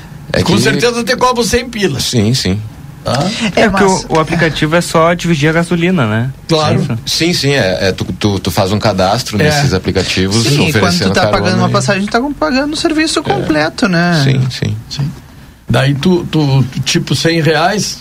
É Com que... certeza te cobra cem pilas. Sim, sim. Ah. É, é porque mas... o, o aplicativo é só dividir a gasolina, né? Claro. É sim, sim, é, é tu, tu, tu faz um cadastro é. nesses aplicativos. Sim, oferecendo quando tu tá pagando uma e... passagem, tu tá pagando o serviço é. completo, né? Sim, sim, sim. Daí tu, tu, tipo cem reais.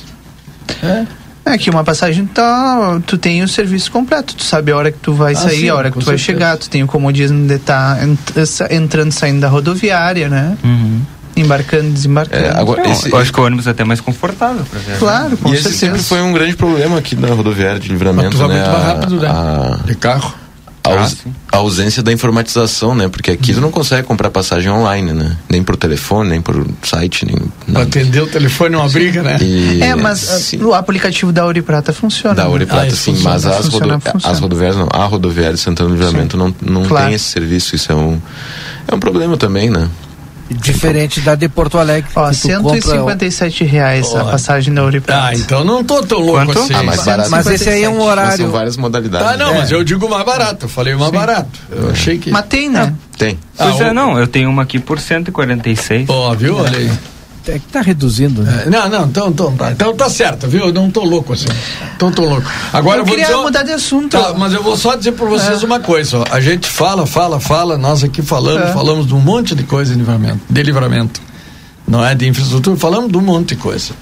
É. É que uma passagem tá, tu tem o serviço completo, tu sabe a hora que tu vai ah, sair, sim, a hora que tu certeza. vai chegar, tu tem o comodismo de estar tá entrando e saindo da rodoviária, né? Uhum. Embarcando, desembarcando. É, agora, Não, esse, eu acho que o ônibus é até mais confortável pra ver. Claro, com e certeza. Esse sempre foi um grande problema aqui na rodoviária de Livramento, tu vai né? muito mais rápido, né? A, de carro. A, aus, a ausência da informatização, né? Porque aqui tu não consegue comprar passagem online, né? Nem por telefone, nem por site, nem nada. Atender o telefone é uma briga, né? E, é, mas sim. o aplicativo da Ouro e Prata funciona. Da Ouro e Prata, ah, sim, funciona, mas as, funciona, rodo, funciona. as rodoviárias não. A rodoviária de Santana do Livramento não, não claro. tem esse serviço. Isso é um, é um problema também, né? Diferente da de Porto Alegre. Ó, cento e cinquenta e sete reais oh. a passagem da Ouro e Prata. Ah, então não tô tão louco Quanto? assim. Ah, mais barato. Mas esse aí é um horário. Mas são várias modalidades. Ah, não, é. mas eu digo mais barato. Eu falei mais Sim. barato. Eu achei que. Mas tem, né? Ah, tem. Pois ah, é, não. Eu tenho uma aqui por cento e quarenta e seis. Ó, oh, viu? Olha aí. É que tá reduzindo, né? É, não, não, então, então, tá, então tá certo, viu? Eu não tô louco assim. Então tô louco. Agora eu, eu vou queria dizer, mudar de assunto. Tá, mas eu vou só dizer por vocês é. uma coisa, ó. A gente fala, fala, fala, nós aqui falamos, é. falamos de um monte de coisa de livramento, de livramento. Não é de infraestrutura, falamos de um monte de coisa.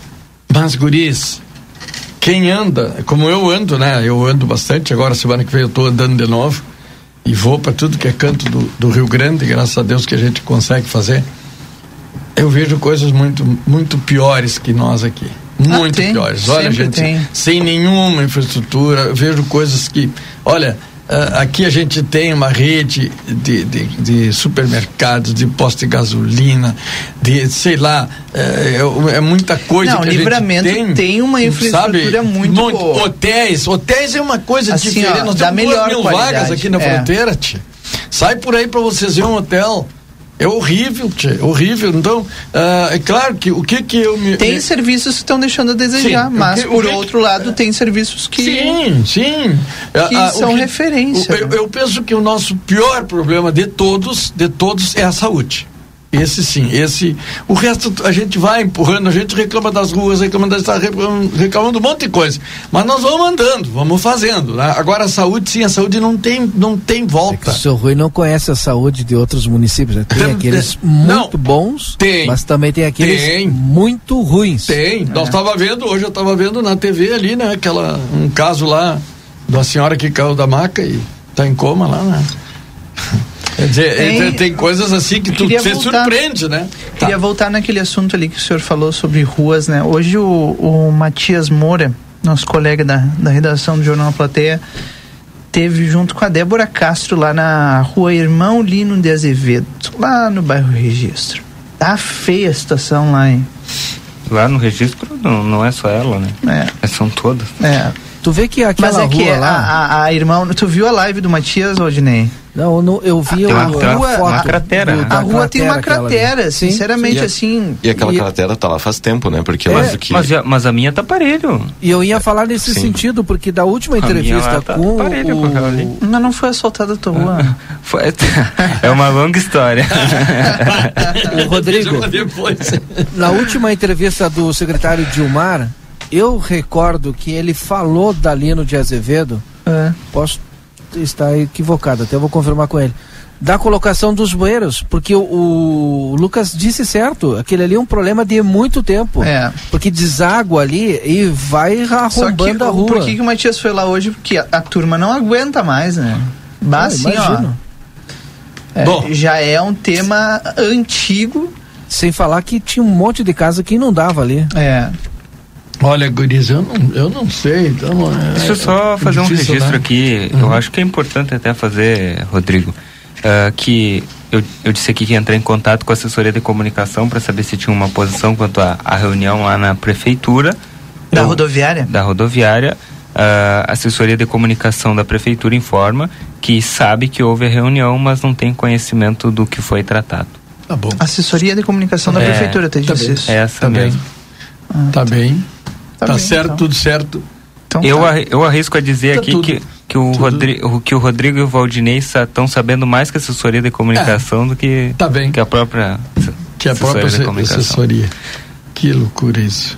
Mas, guris, quem anda, como eu ando, né? Eu ando bastante, agora semana que vem eu tô andando de novo e vou para tudo que é canto do, do Rio Grande, graças a Deus que a gente consegue fazer. eu vejo coisas muito, muito piores que nós aqui. Muito ah, tem, piores. Olha, gente, tem. sem nenhuma infraestrutura, eu vejo coisas que, olha, uh, aqui a gente tem uma rede de, de, de supermercados, de posto de gasolina, de, sei lá, é, é muita coisa. Não, que a Livramento gente tem. tem uma infraestrutura sabe, muito muito, boa. Hotéis, hotéis é uma coisa assim, diferente. Ó, nós da temos melhor duas mil qualidade. vagas aqui na é. fronteira, tia. Sai por aí pra vocês verem um hotel. É horrível, tia, horrível. Então, uh, é claro que o que que eu me... Tem me... serviços que estão deixando a desejar, sim, mas que, por que outro que... lado tem serviços que... Sim, sim. Que uh, são que, referência. O, eu, eu penso que o nosso pior problema de todos, de todos, é a saúde. Esse sim, esse... O resto a gente vai empurrando, a gente reclama das ruas, reclama das... reclamando, reclamando um monte de coisa. Mas nós vamos andando, vamos fazendo, né? Agora a saúde, sim, a saúde não tem, não tem volta. É que o senhor Rui não conhece a saúde de outros municípios, né? Tem, tem aqueles muito não, bons, tem, mas também tem aqueles tem, muito ruins. Tem, é. Nós estava vendo, hoje eu estava vendo na T V ali, né? Aquela, um caso lá, da senhora que caiu da maca e está em coma lá, né? Quer dizer, tem, tem coisas assim que tu se surpreende, né? Queria tá. voltar naquele assunto ali que o senhor falou sobre ruas, né? Hoje o, o Matias Moura, nosso colega da, da redação do Jornal Plateia, teve junto com a Débora Castro lá na rua Irmão Lino de Azevedo, lá no bairro Registro. Tá feia a situação lá, hein? Lá no Registro não, não é só ela, né? É. São todas. É. Tu vê que aquela Mas é rua que lá... A, a, a irmão... Tu viu a live do Matias, Rodinei? Não, não, eu vi tem a, uma, a rua, foto. Uma cratera. Do, a rua tem uma cratera, sim, sinceramente, sim. assim... E aquela e, cratera tá lá faz tempo, né? Porque é, eu acho que... Mas, mas a minha tá parelho. E eu ia falar nesse sim. sentido, porque da última entrevista tá com parelho, o... com Mas não foi asfaltada a tua rua. Foi, é uma longa história. O Rodrigo, na última entrevista do secretário Dilmar, eu recordo que ele falou da Lino de Azevedo, é. posso estar equivocado, até vou confirmar com ele, da colocação dos bueiros, porque o, o Lucas disse certo, aquele ali é um problema de muito tempo, é. porque deságua ali e vai arrombando a rua. Por que, que o Matias foi lá hoje? Porque a, a turma não aguenta mais, né? Bah, ah, assim, ó, é, já é um tema antigo. Sem falar que tinha um monte de casa que inundava ali. É. Olha, guris, eu não, eu não sei. Então, é, Deixa eu só é fazer difícil, um registro né? aqui. Uhum. Eu acho que é importante até fazer, Rodrigo, uh, que eu, eu disse aqui que ia entrar em contato com a assessoria de comunicação para saber se tinha uma posição quanto à reunião lá na prefeitura. Da eu, rodoviária? Da rodoviária. A uh, assessoria de comunicação da prefeitura informa que sabe que houve a reunião, mas não tem conhecimento do que foi tratado. Tá bom. Assessoria de comunicação da é, prefeitura, te disse isso. É essa tá mesmo. Bem. Ah, tá bem. Tá, tá bem, certo, então. tudo certo. Então, eu, tá. arri, eu arrisco a dizer tá aqui tudo, que, que, o Rodrigo, que o Rodrigo e o Valdinei estão sabendo mais que a assessoria de comunicação é, do que, tá bem. que a própria que a própria assessoria. Que loucura isso.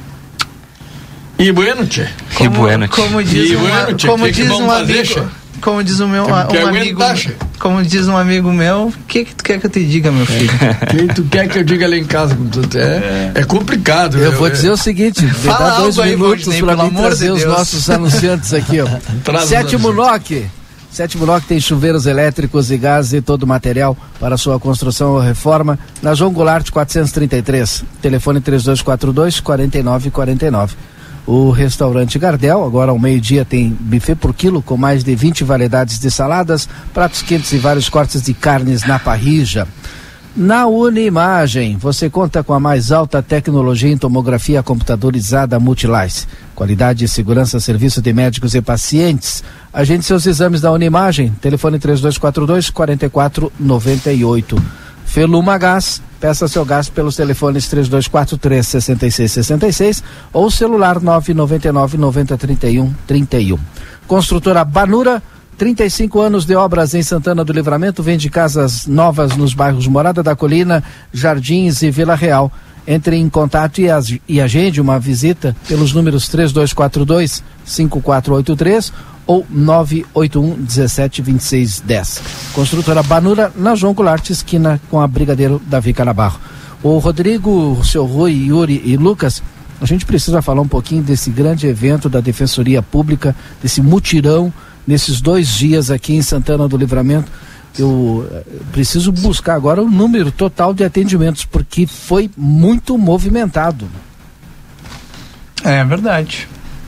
E bueno, tchê. Que bueno, tchê. Como diz, e uma, bueno, tchê. como que diz que um amigo, fazer, como diz o meu um amigo, como diz um amigo meu, o que que tu quer que eu te diga, meu filho? O que tu quer que eu diga lá em casa? É, é complicado. Eu, eu vou dizer o seguinte, me dá dois minutos para mim trazer os nossos anunciantes aqui, ó. Sétimo Nock. Sétimo Nock tem chuveiros elétricos e gás e todo o material para sua construção ou reforma na João Goulart quatrocentos e trinta e três. Telefone três dois quatro dois, quatro nove quatro nove. O restaurante Gardel, agora ao meio-dia, tem buffet por quilo com mais de vinte variedades de saladas, pratos quentes e vários cortes de carnes na parrilla. Na Unimagem, você conta com a mais alta tecnologia em tomografia computadorizada Multilice. Qualidade e segurança, serviço de médicos e pacientes. Agende seus exames da Unimagem. Telefone três dois quatro dois, quatro quatro nove oito. Feluma Gás, peça seu gás pelos telefones três dois quatro três, seis seis seis seis ou celular nove nove nove, nove zero três um, três um. Construtora Banura, trinta e cinco anos de obras em Santana do Livramento, vende casas novas nos bairros Morada da Colina, Jardins e Vila Real. Entre em contato e, as, e agende uma visita pelos números três dois quatro dois, cinco quatro oito três ou nove oito um, um sete, dois seis um zero. Construtora Banura, na João Goulart, esquina com a Brigadeiro Davi Canabarro. O Rodrigo, o seu Rui, Yuri e Lucas, a gente precisa falar um pouquinho desse grande evento da Defensoria Pública, desse mutirão, nesses dois dias aqui em Santana do Livramento. eu preciso buscar agora o número total de atendimentos, porque foi muito movimentado. É verdade.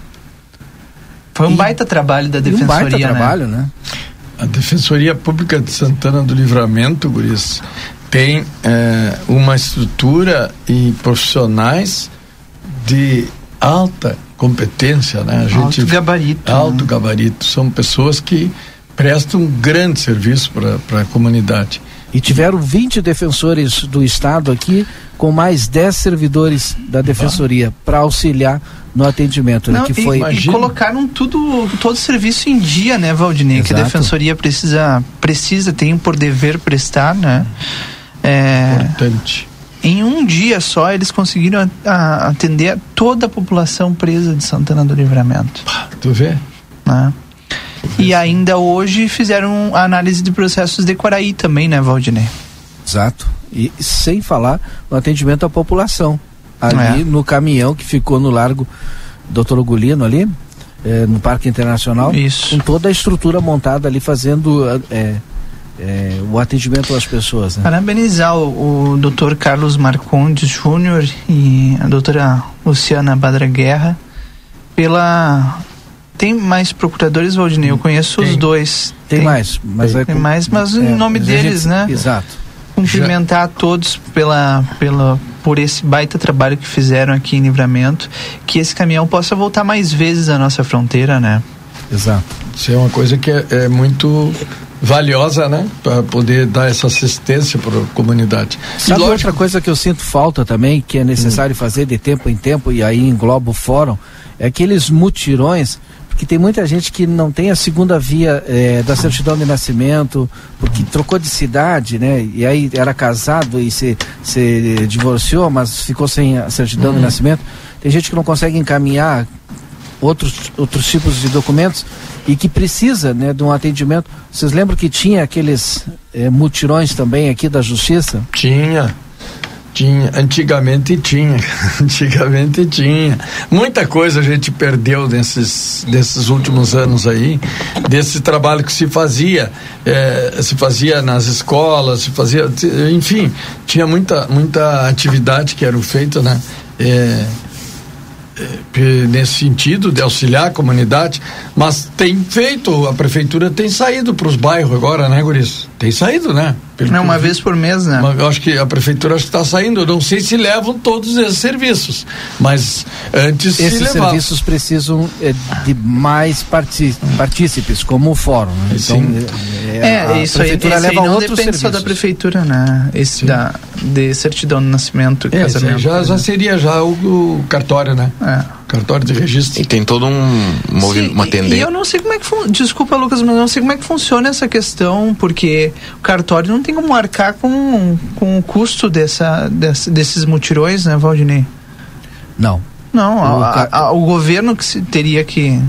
Foi um E, baita trabalho da Defensoria, um baita né? trabalho, né? A Defensoria Pública de Santana do Livramento, guris, tem é, uma estrutura e profissionais de alta competência, né? A gente, alto gabarito. Alto né? gabarito. São pessoas que prestam um grande serviço para a comunidade. E tiveram vinte defensores do Estado aqui, com mais dez servidores da Defensoria para auxiliar no atendimento. Não, que e, foi... e colocaram tudo, todo o serviço em dia, né, Valdinei? Exato. Que a Defensoria precisa, precisa, tem por dever prestar, né? É, Importante. Em um dia só, eles conseguiram a, a, atender a toda a população presa de Santana do Livramento. Tu vê? Né? E ainda hoje fizeram a análise de processos de Quaraí também, né, Valdinei? Exato. E sem falar no atendimento à população. Ali É. no caminhão que ficou no Largo doutor Ugolino ali, eh, no Parque Internacional. Isso. Com toda a estrutura montada ali, fazendo eh, eh, o atendimento às pessoas, né? Parabenizar o, o doutor Carlos Marcondes Júnior e a doutora Luciana Badra Guerra pela... Tem mais procuradores, Valdinei? Eu conheço Tem. os dois. Tem, mais, mas Tem é com- mais, mas em é, nome mas a deles, gente- né? Exato. Cumprimentar a todos pela, pela, por esse baita trabalho que fizeram aqui em Livramento, que esse caminhão possa voltar mais vezes à nossa fronteira, né? Exato. Isso é uma coisa que é, é muito valiosa, né? Para poder dar essa assistência para a comunidade. Sabe E lógico- outra coisa que eu sinto falta também, que é necessário fazer de tempo em tempo, e aí engloba o fórum, é aqueles mutirões, porque tem muita gente que não tem a segunda via eh, da certidão de nascimento, porque trocou de cidade, né? E aí era casado e se, se divorciou, mas ficou sem a certidão de nascimento. Tem gente que não consegue encaminhar outros, outros tipos de documentos e que precisa, né, de um atendimento. Vocês lembram que tinha aqueles eh, mutirões também aqui da Justiça? Tinha. Tinha, antigamente tinha, antigamente tinha. Muita coisa a gente perdeu nesses, nesses últimos anos aí, desse trabalho que se fazia, eh, se fazia nas escolas, se fazia, enfim, tinha muita, muita atividade que era feita, né? Eh, eh, nesse sentido de auxiliar a comunidade, mas tem feito, a prefeitura tem saído para os bairros agora, né, guris? Tem saído, né? Pelo É uma que eu vi. vez por mês, né? Mas eu acho que a prefeitura está saindo. Eu não sei se levam todos esses serviços, mas antes se Esses levavam. serviços precisam eh, de mais parti- partícipes, como o fórum, né? Então, Sim. eh, É, a isso aí, prefeitura esse aí leva não outros depende só da serviços. prefeitura, né? Esse da, de certidão de nascimento, É, isso aí casamento. já, já seria já o, o cartório, né? É. Cartório de registro. E tem todo um movi- Sim, uma e- tendência. E eu não sei como é que fun... desculpa, Lucas, mas eu não sei como é que funciona essa questão, porque o cartório não tem como arcar com, com o custo dessa, dessa, desses mutirões, né, Valdinei? Não. Não, O a- ca- a- a- o governo que se- teria que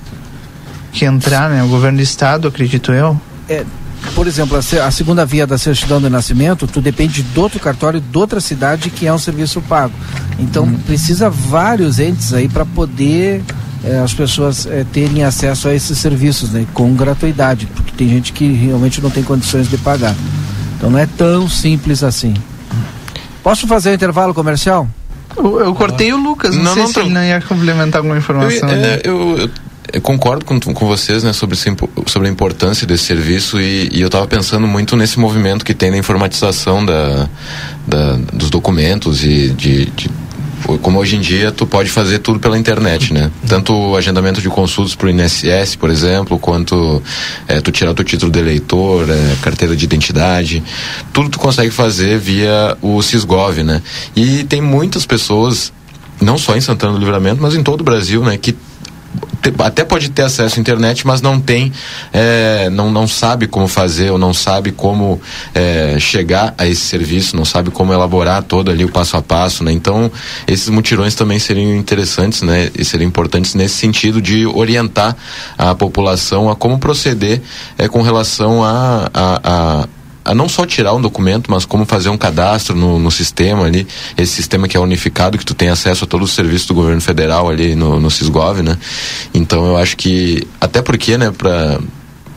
que entrar, né? O governo do estado, acredito eu. É, por exemplo, a, se- a segunda via da certidão de nascimento, tu depende de outro cartório de outra cidade que é um serviço pago. Então Hum. precisa vários entes aí para poder eh, as pessoas eh, terem acesso a esses serviços, né, com gratuidade, porque tem gente que realmente não tem condições de pagar. Então não é tão simples assim. Posso fazer o intervalo comercial? Eu, eu cortei o Lucas, não, Não, sei não, se tô- ele não ia complementar alguma Eu, informação. né? é, eu, eu- eu concordo com, com vocês, né, sobre, esse impo- sobre a importância desse serviço e, e eu estava pensando muito nesse movimento que tem na informatização da, da, dos documentos e de, de como hoje em dia tu pode fazer tudo pela internet, né? Tanto o agendamento de consultas pro I N S S, por exemplo, quanto é, tu tirar teu título de eleitor, é, carteira de identidade, tudo tu consegue fazer via o Sisgov, né? E tem muitas pessoas, não só em Santana do Livramento, mas em todo o Brasil, né, que te- até pode ter acesso à internet, mas não tem, é, não, não sabe como fazer, ou não sabe como é, chegar a esse serviço, não sabe como elaborar todo ali o passo a passo, né? Então, esses mutirões também seriam interessantes, né? E seriam importantes nesse sentido de orientar a população a como proceder é, com relação a, a, a a não só tirar um documento, mas como fazer um cadastro no, no sistema ali, esse sistema que é unificado, que tu tem acesso a todos os serviços do governo federal ali no, no Sisgov, né? Então eu acho que, até porque, né, pra,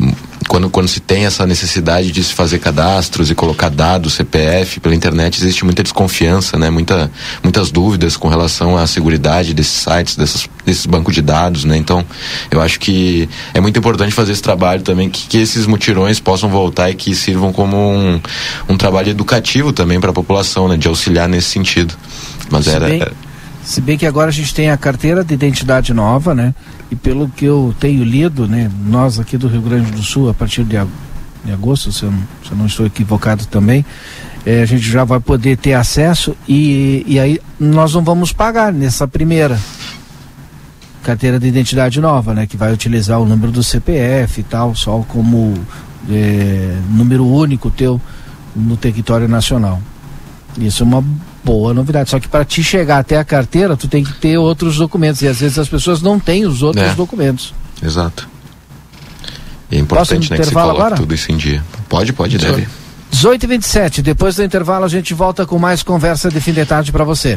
quando, quando se tem essa necessidade de se fazer cadastros e colocar dados, C P F pela internet, existe muita desconfiança, né? Muita, muitas dúvidas com relação à seguridade desses sites, dessas, desses bancos de dados, né? Então, eu acho que é muito importante fazer esse trabalho também, que, que esses mutirões possam voltar e que sirvam como um, um trabalho educativo também para a população, né? De auxiliar nesse sentido. Mas era... Bem... era Se bem que agora a gente tem a carteira de identidade nova, né? E pelo que eu tenho lido, né? Nós aqui do Rio Grande do Sul, a partir de, ag- de agosto, se eu, não, se eu não estou equivocado também, eh, a gente já vai poder ter acesso e, e aí nós não vamos pagar nessa primeira carteira de identidade nova, né? Que vai utilizar o número do C P F e tal, só como eh, número único teu no território nacional. Isso é uma boa novidade, só que para te chegar até a carteira tu tem que ter outros documentos e às vezes as pessoas não têm os outros É. documentos. Exato. E é importante, né, que se coloque agora? Tudo isso em dia. Pode, pode, deve. dezoito e vinte e sete, depois do intervalo a gente volta com mais conversa de fim de tarde para você.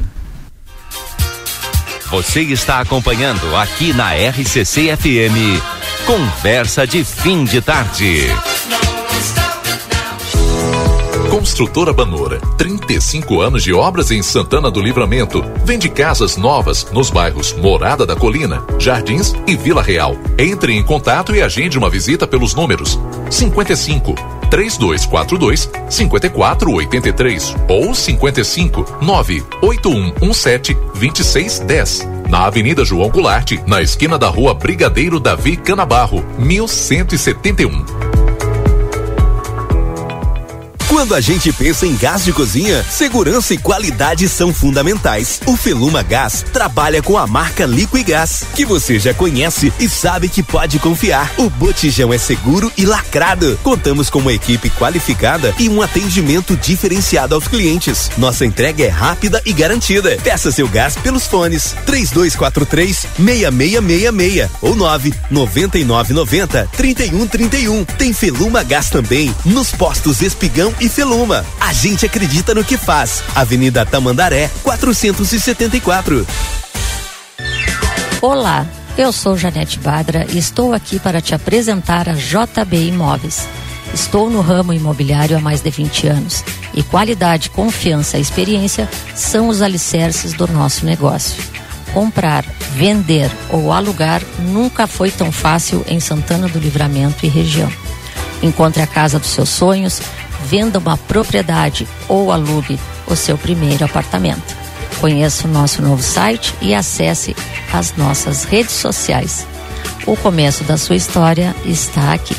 Você está acompanhando aqui na R C C F M, Conversa de Fim de Tarde. Construtora Banora, trinta e cinco anos de obras em Santana do Livramento. Vende casas novas nos bairros Morada da Colina, Jardins e Vila Real. Entre em contato e agende uma visita pelos números cinquenta e cinco, três dois quatro dois, cinquenta e quatro oitenta e três ou cinquenta e cinco, nove oito um um sete, vinte e seis dez. Na Avenida João Goulart, na esquina da Rua Brigadeiro Davi Canabarro, mil cento e setenta e um. Quando a gente pensa em gás de cozinha, segurança e qualidade são fundamentais. O Feluma Gás trabalha com a marca Liquigás, que você já conhece e sabe que pode confiar. O botijão é seguro e lacrado. Contamos com uma equipe qualificada e um atendimento diferenciado aos clientes. Nossa entrega é rápida e garantida. Peça seu gás pelos fones três dois quatro três, seis seis seis seis ou nove nove nove nove zero, três um três um. Tem Feluma Gás também nos postos Espigão e Feluma. A gente acredita no que faz. Avenida Tamandaré, quatrocentos e setenta e quatro. Olá, eu sou Janete Badra e estou aqui para te apresentar a J B Imóveis. Estou no ramo imobiliário há mais de vinte anos e qualidade, confiança e experiência são os alicerces do nosso negócio. Comprar, vender ou alugar nunca foi tão fácil em Santana do Livramento e região. Encontre a casa dos seus sonhos, venda uma propriedade ou alugue o seu primeiro apartamento. Conheça o nosso novo site e acesse as nossas redes sociais. O começo da sua história está aqui.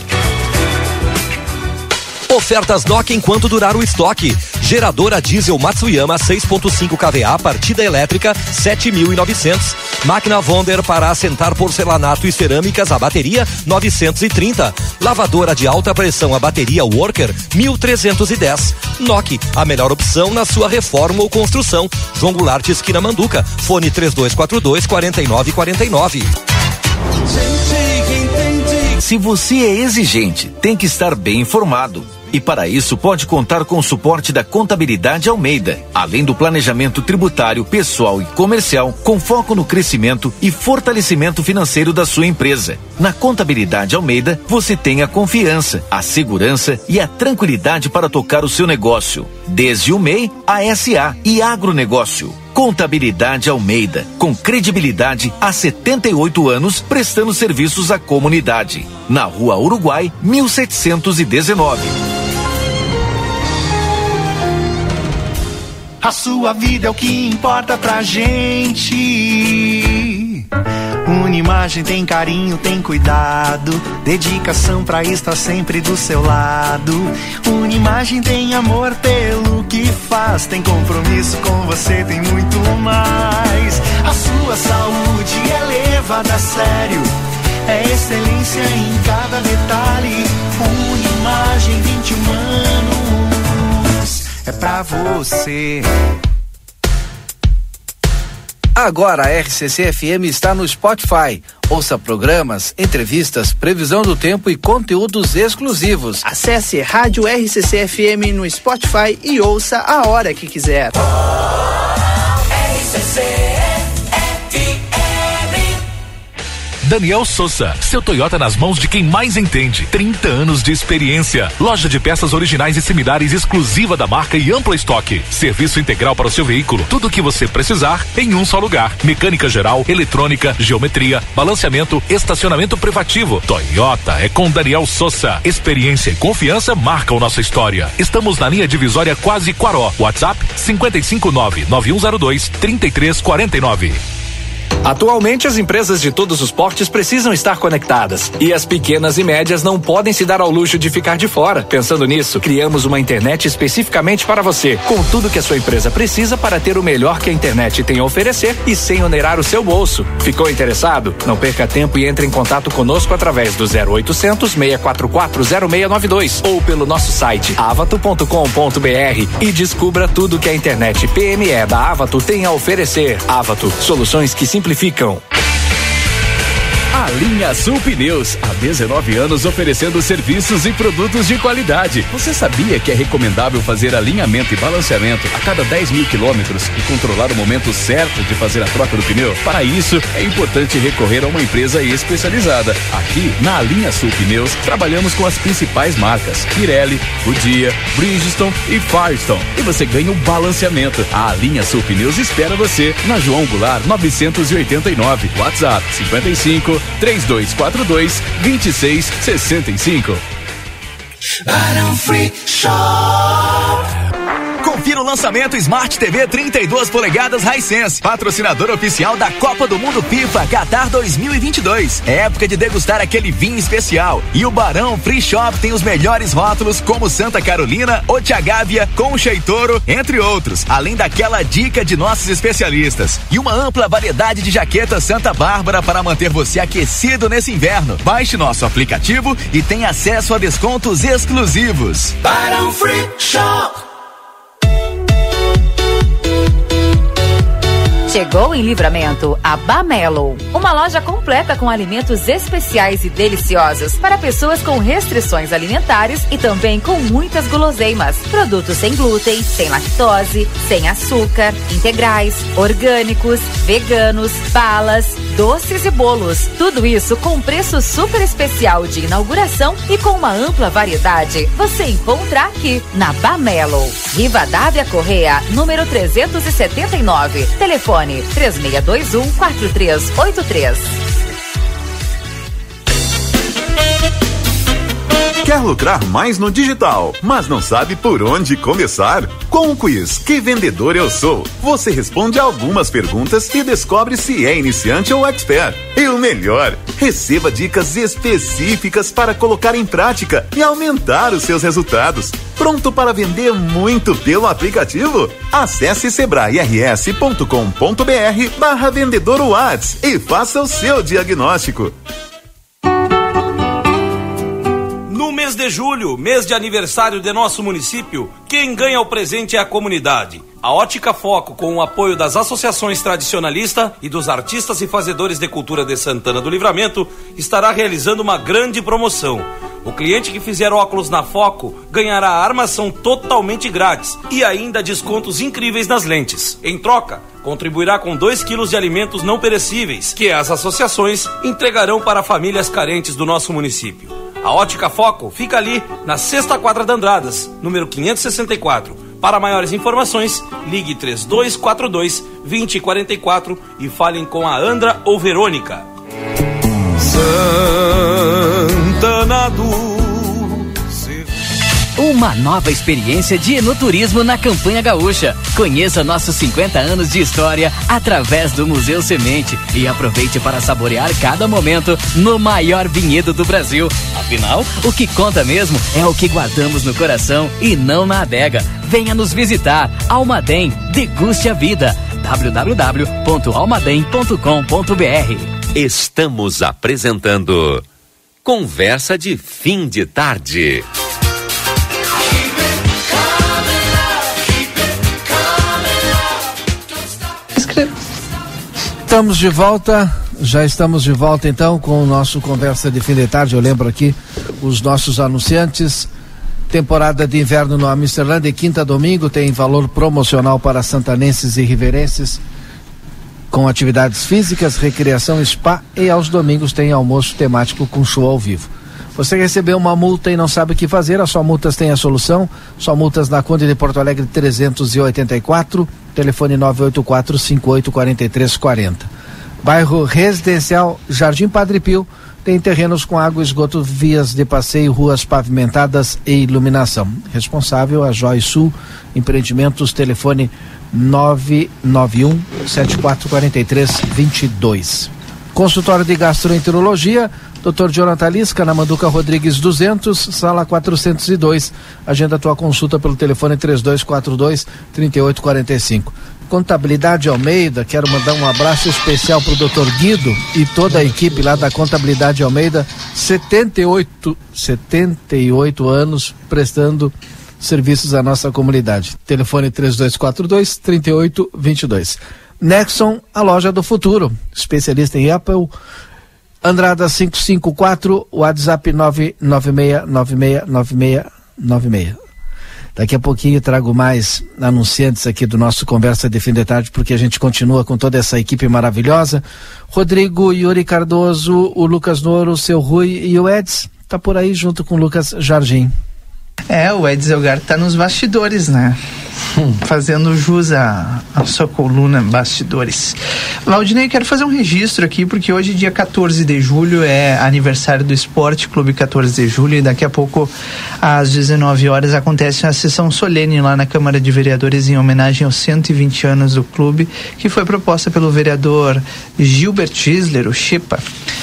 Ofertas Nokia enquanto durar o estoque. Geradora diesel Matsuyama seis ponto cinco kVA, partida elétrica sete mil e novecentos. Máquina Wonder para assentar porcelanato e cerâmicas a bateria novecentos e trinta. Lavadora de alta pressão a bateria Worker mil trezentos e dez. Nokia, a melhor opção na sua reforma ou construção. João Goulart, esquina Manduca. Fone três dois quatro dois, quatro nove quatro nove. Se você é exigente, tem que estar bem informado. E para isso pode contar com o suporte da Contabilidade Almeida, além do planejamento tributário, pessoal e comercial, com foco no crescimento e fortalecimento financeiro da sua empresa. Na Contabilidade Almeida, você tem a confiança, a segurança e a tranquilidade para tocar o seu negócio, desde o M E I, a S A e agronegócio. Contabilidade Almeida, com credibilidade há setenta e oito anos, prestando serviços à comunidade. Na Rua Uruguai, mil setecentos e dezenove. A sua vida é o que importa pra gente. Unimagem tem carinho, tem cuidado, dedicação pra estar sempre do seu lado. Unimagem tem amor pelo que faz, tem compromisso com você, tem muito mais. A sua saúde é levada a sério, é excelência em cada detalhe. Unimagem vinte e um anos, é pra você. Agora a R C C F M está no Spotify. Ouça programas, entrevistas, previsão do tempo e conteúdos exclusivos. Acesse Rádio R C C F M no Spotify e ouça a hora que quiser. R C C F M. Daniel Souza, seu Toyota nas mãos de quem mais entende. trinta anos de experiência. Loja de peças originais e similares exclusiva da marca e amplo estoque. Serviço integral para o seu veículo. Tudo o que você precisar em um só lugar. Mecânica geral, eletrônica, geometria, balanceamento, estacionamento privativo. Toyota é com Daniel Souza. Experiência e confiança marcam nossa história. Estamos na linha divisória Quase Quaró. WhatsApp cinco cinco nove nove um zero dois três três quatro nove. Atualmente, as empresas de todos os portes precisam estar conectadas e as pequenas e médias não podem se dar ao luxo de ficar de fora. Pensando nisso, criamos uma internet especificamente para você, com tudo que a sua empresa precisa para ter o melhor que a internet tem a oferecer e sem onerar o seu bolso. Ficou interessado? Não perca tempo e entre em contato conosco através do zero oitocentos, seis quatro quatro, zero seis nove dois ou pelo nosso site avato ponto com ponto br e descubra tudo que a internet P M E da Avato tem a oferecer. Avato, soluções que simplificam. A linha Sul Pneus, há dezenove anos oferecendo serviços e produtos de qualidade. Você sabia que é recomendável fazer alinhamento e balanceamento a cada dez mil quilômetros e controlar o momento certo de fazer a troca do pneu? Para isso, é importante recorrer a uma empresa especializada. Aqui, na linha Sul Pneus, trabalhamos com as principais marcas Pirelli, Goodyear, Bridgestone e Firestone. E você ganha o balanceamento. A linha Sul Pneus espera você na João Goulart novecentos e oitenta e nove. WhatsApp cinquenta e cinco, três dois quatro dois, dois seis seis cinco. Barão Free Shop. Confira o lançamento Smart T V trinta e duas polegadas Hisense, patrocinador oficial da Copa do Mundo FIFA Qatar dois mil e vinte e dois. É época de degustar aquele vinho especial. E o Barão Free Shop tem os melhores rótulos como Santa Carolina, Otiagávia, Concha e Toro, entre outros. Além daquela dica de nossos especialistas. E uma ampla variedade de jaquetas Santa Bárbara para manter você aquecido nesse inverno. Baixe nosso aplicativo e tenha acesso a descontos exclusivos. Barão Free Shop. Chegou em Livramento a Bamelo, uma loja completa com alimentos especiais e deliciosos para pessoas com restrições alimentares e também com muitas guloseimas. Produtos sem glúten, sem lactose, sem açúcar, integrais, orgânicos, veganos, balas, doces e bolos. Tudo isso com preço super especial de inauguração e com uma ampla variedade. Você encontra aqui na Bamelo. Rivadavia Correia, número trezentos e setenta e nove. Telefone três seis dois um, quatro três oito três. Quer lucrar mais no digital, mas não sabe por onde começar? Com o quiz Que Vendedor Eu Sou, você responde algumas perguntas e descobre se é iniciante ou expert. E o melhor, receba dicas específicas para colocar em prática e aumentar os seus resultados. Pronto para vender muito pelo aplicativo? Acesse sebrae r s ponto com ponto b r barra vendedor Whats e faça o seu diagnóstico. No mês de julho, mês de aniversário de nosso município, quem ganha o presente é a comunidade. A Ótica Foco, com o apoio das associações tradicionalistas e dos artistas e fazedores de cultura de Santana do Livramento, estará realizando uma grande promoção. O cliente que fizer óculos na Foco ganhará a armação totalmente grátis e ainda descontos incríveis nas lentes. Em troca, contribuirá com dois quilos de alimentos não perecíveis, que as associações entregarão para famílias carentes do nosso município. A Ótica Foco fica ali na Sexta Quadra da Andradas, número quinhentos e sessenta e quatro. Para maiores informações, ligue três dois quatro dois, dois zero quatro quatro e falem com a Andra ou Verônica. Santana do Uma nova experiência de enoturismo na Campanha Gaúcha. Conheça nossos cinquenta anos de história através do Museu Semente e aproveite para saborear cada momento no maior vinhedo do Brasil. Afinal, o que conta mesmo é o que guardamos no coração e não na adega. Venha nos visitar. Almaden, deguste a vida. w w w ponto almaden ponto com ponto b r. Estamos apresentando Conversa de Fim de Tarde. Estamos de volta, já estamos de volta então com o nosso Conversa de Fim de Tarde. Eu lembro aqui os nossos anunciantes. Temporada de inverno no Amsterland, de quinta a domingo, tem valor promocional para santanenses e riverenses. com atividades físicas, recreação, spa e aos domingos tem almoço temático com show ao vivo. Você recebeu uma multa e não sabe o que fazer? A Só Multas tem a solução. Só Multas na Conde de Porto Alegre trezentos e oitenta e quatro, telefone nove oito quatro, cinco oito quatro três quatro zero. Bairro Residencial Jardim Padre Pio tem terrenos com água, esgoto, vias de passeio, ruas pavimentadas e iluminação. Responsável a Joy Sul Empreendimentos, telefone nove nove um, sete quatro quatro três dois dois. Consultório de Gastroenterologia, doutor Jonathan Lisca, na Manduca Rodrigues duzentos, sala quatrocentos e dois. Agenda tua consulta pelo telefone três dois quatro dois, três oito quatro cinco. Contabilidade Almeida, quero mandar um abraço especial para o doutor Guido e toda a equipe lá da Contabilidade Almeida, setenta e oito, setenta e oito anos prestando serviços à nossa comunidade. Telefone três dois quatro dois, três oito dois dois. Nexon, a loja do futuro, especialista em Apple. Andrada quinhentos e cinquenta e quatro, WhatsApp nove nove seis nove seis nove seis nove seis. Daqui a pouquinho eu trago mais anunciantes aqui do nosso Conversa de Fim de Tarde, porque a gente continua com toda essa equipe maravilhosa. Rodrigo, Yuri Cardoso, o Lucas Noro, o seu Rui e o Eds tá por aí junto com o Lucas Jardim. É, o Eds Elgar tá nos bastidores, né? Hum. Fazendo jus à, à sua coluna Bastidores. Valdinei, quero fazer um registro aqui, porque hoje, dia quatorze de julho, é aniversário do Esporte Clube quatorze de julho, e daqui a pouco, às dezenove horas, acontece uma sessão solene lá na Câmara de Vereadores em homenagem aos cento e vinte anos do clube, que foi proposta pelo vereador Gilbert Gisler, o Chipa.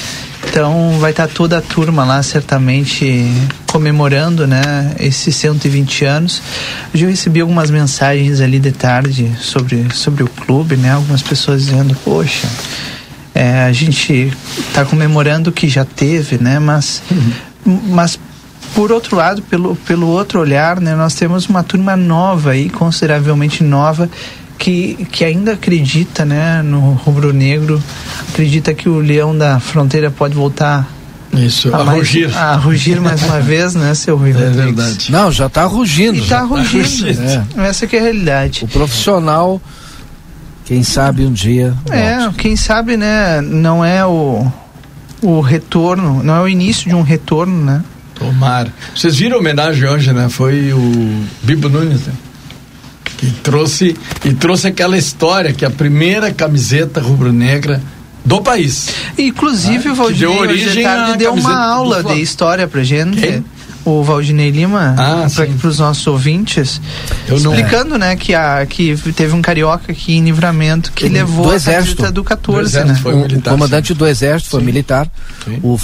Então vai estar toda a turma lá certamente comemorando, né, esses cento e vinte anos. Hoje eu recebi algumas mensagens ali de tarde sobre, sobre o clube, né, algumas pessoas dizendo, poxa, é, a gente está comemorando o que já teve, né, mas, uhum. mas por outro lado, pelo, pelo outro olhar, né, nós temos uma turma nova aí, consideravelmente nova, Que, que ainda acredita, né, no rubro-negro, acredita que o Leão da Fronteira pode voltar Isso, a, a mais, rugir. a rugir mais uma vez, né, seu Rui? É verdade. Não, já está rugindo. E está rugindo. É. Essa que é a realidade. O profissional, quem sabe um dia. É, volte. Quem sabe, né, não é o, o retorno, não é o início de um retorno, né? Tomara. Vocês viram a homenagem hoje, né? Foi o Bibo Nunes, né? Que trouxe, e trouxe aquela história que a primeira camiseta rubro-negra do país. Inclusive, ah, o Valdinei deu origem tarde, deu uma aula de história pra gente. Quem? O Valdinei Lima, ah, para os nossos ouvintes, eu explicando, não... né, que, a, que teve um carioca aqui em Livramento que Ele, levou a camiseta do quatorze, do né? Foi o, militar, o comandante sim. do Exército foi Sim. militar. Sim. O,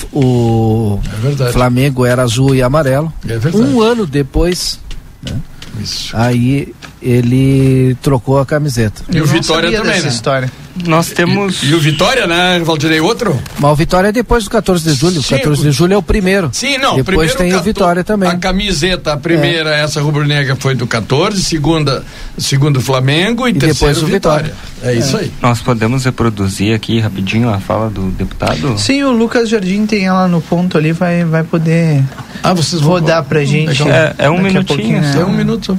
o é Flamengo era azul e amarelo. É um ano depois, né? Isso. Aí ele trocou a camiseta. E o Vitória também, né? História. Nós temos... E, e o Vitória, né, Valdirei, outro? Mas o Vitória é depois do quatorze de julho. O quatorze de julho é o primeiro. Sim, não. Depois tem o Vitória também. A camiseta, a primeira, é. essa rubro-negra foi do quatorze, segunda, segundo Flamengo e, e terceiro depois o Vitória. Vitória. É, é isso aí. Nós podemos reproduzir aqui rapidinho a fala do deputado? Sim, o Lucas Jardim tem ela no ponto ali, vai, vai poder ah, vocês rodar vão, pra gente. É, é um minutinho. É um minuto.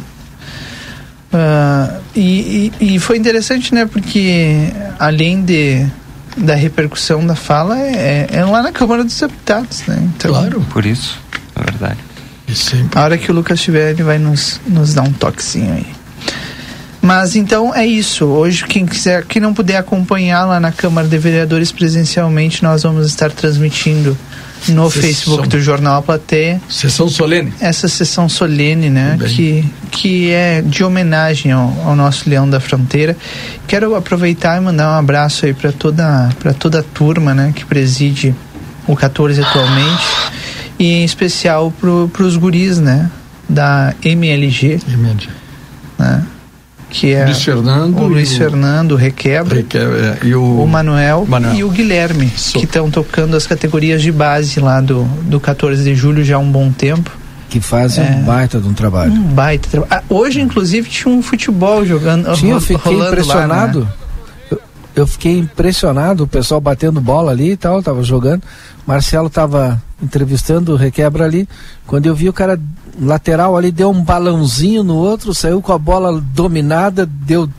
Uh, e, e, e foi interessante, né, porque além de da repercussão da fala é, é lá na Câmara dos Deputados, né? Então, claro, por isso, é verdade. Isso é a hora que o Lucas estiver, ele vai nos, nos dar um toquezinho aí. Mas então é isso. Hoje, quem quiser, quem não puder acompanhar lá na Câmara de Vereadores presencialmente, nós vamos estar transmitindo no sessão, Facebook do Jornal A Plateia. Sessão solene. Essa sessão solene, né? Que, que é de homenagem ao, ao nosso Leão da Fronteira. Quero aproveitar e mandar um abraço aí para toda, para toda a turma, né? Que preside o quatorze atualmente. E em especial para os guris, né? Da M L G. M L G. Né? Que é Luiz Fernando, o Luiz Fernando, o Requebra, Requebra é, e o, o Manuel, Manuel e o Guilherme, Sou. que estão tocando as categorias de base lá do, do quatorze de julho já há um bom tempo. Que fazem é, um baita de um trabalho. Um baita trabalho. Ah, hoje, inclusive, tinha um futebol jogando. Tinha, eu fiquei impressionado. Lá, né? eu, eu fiquei impressionado, o pessoal batendo bola ali e tal, tava jogando. Marcelo tava entrevistando o Requebra ali. Quando eu vi o cara lateral ali, deu um balãozinho no outro, saiu com a bola dominada, deu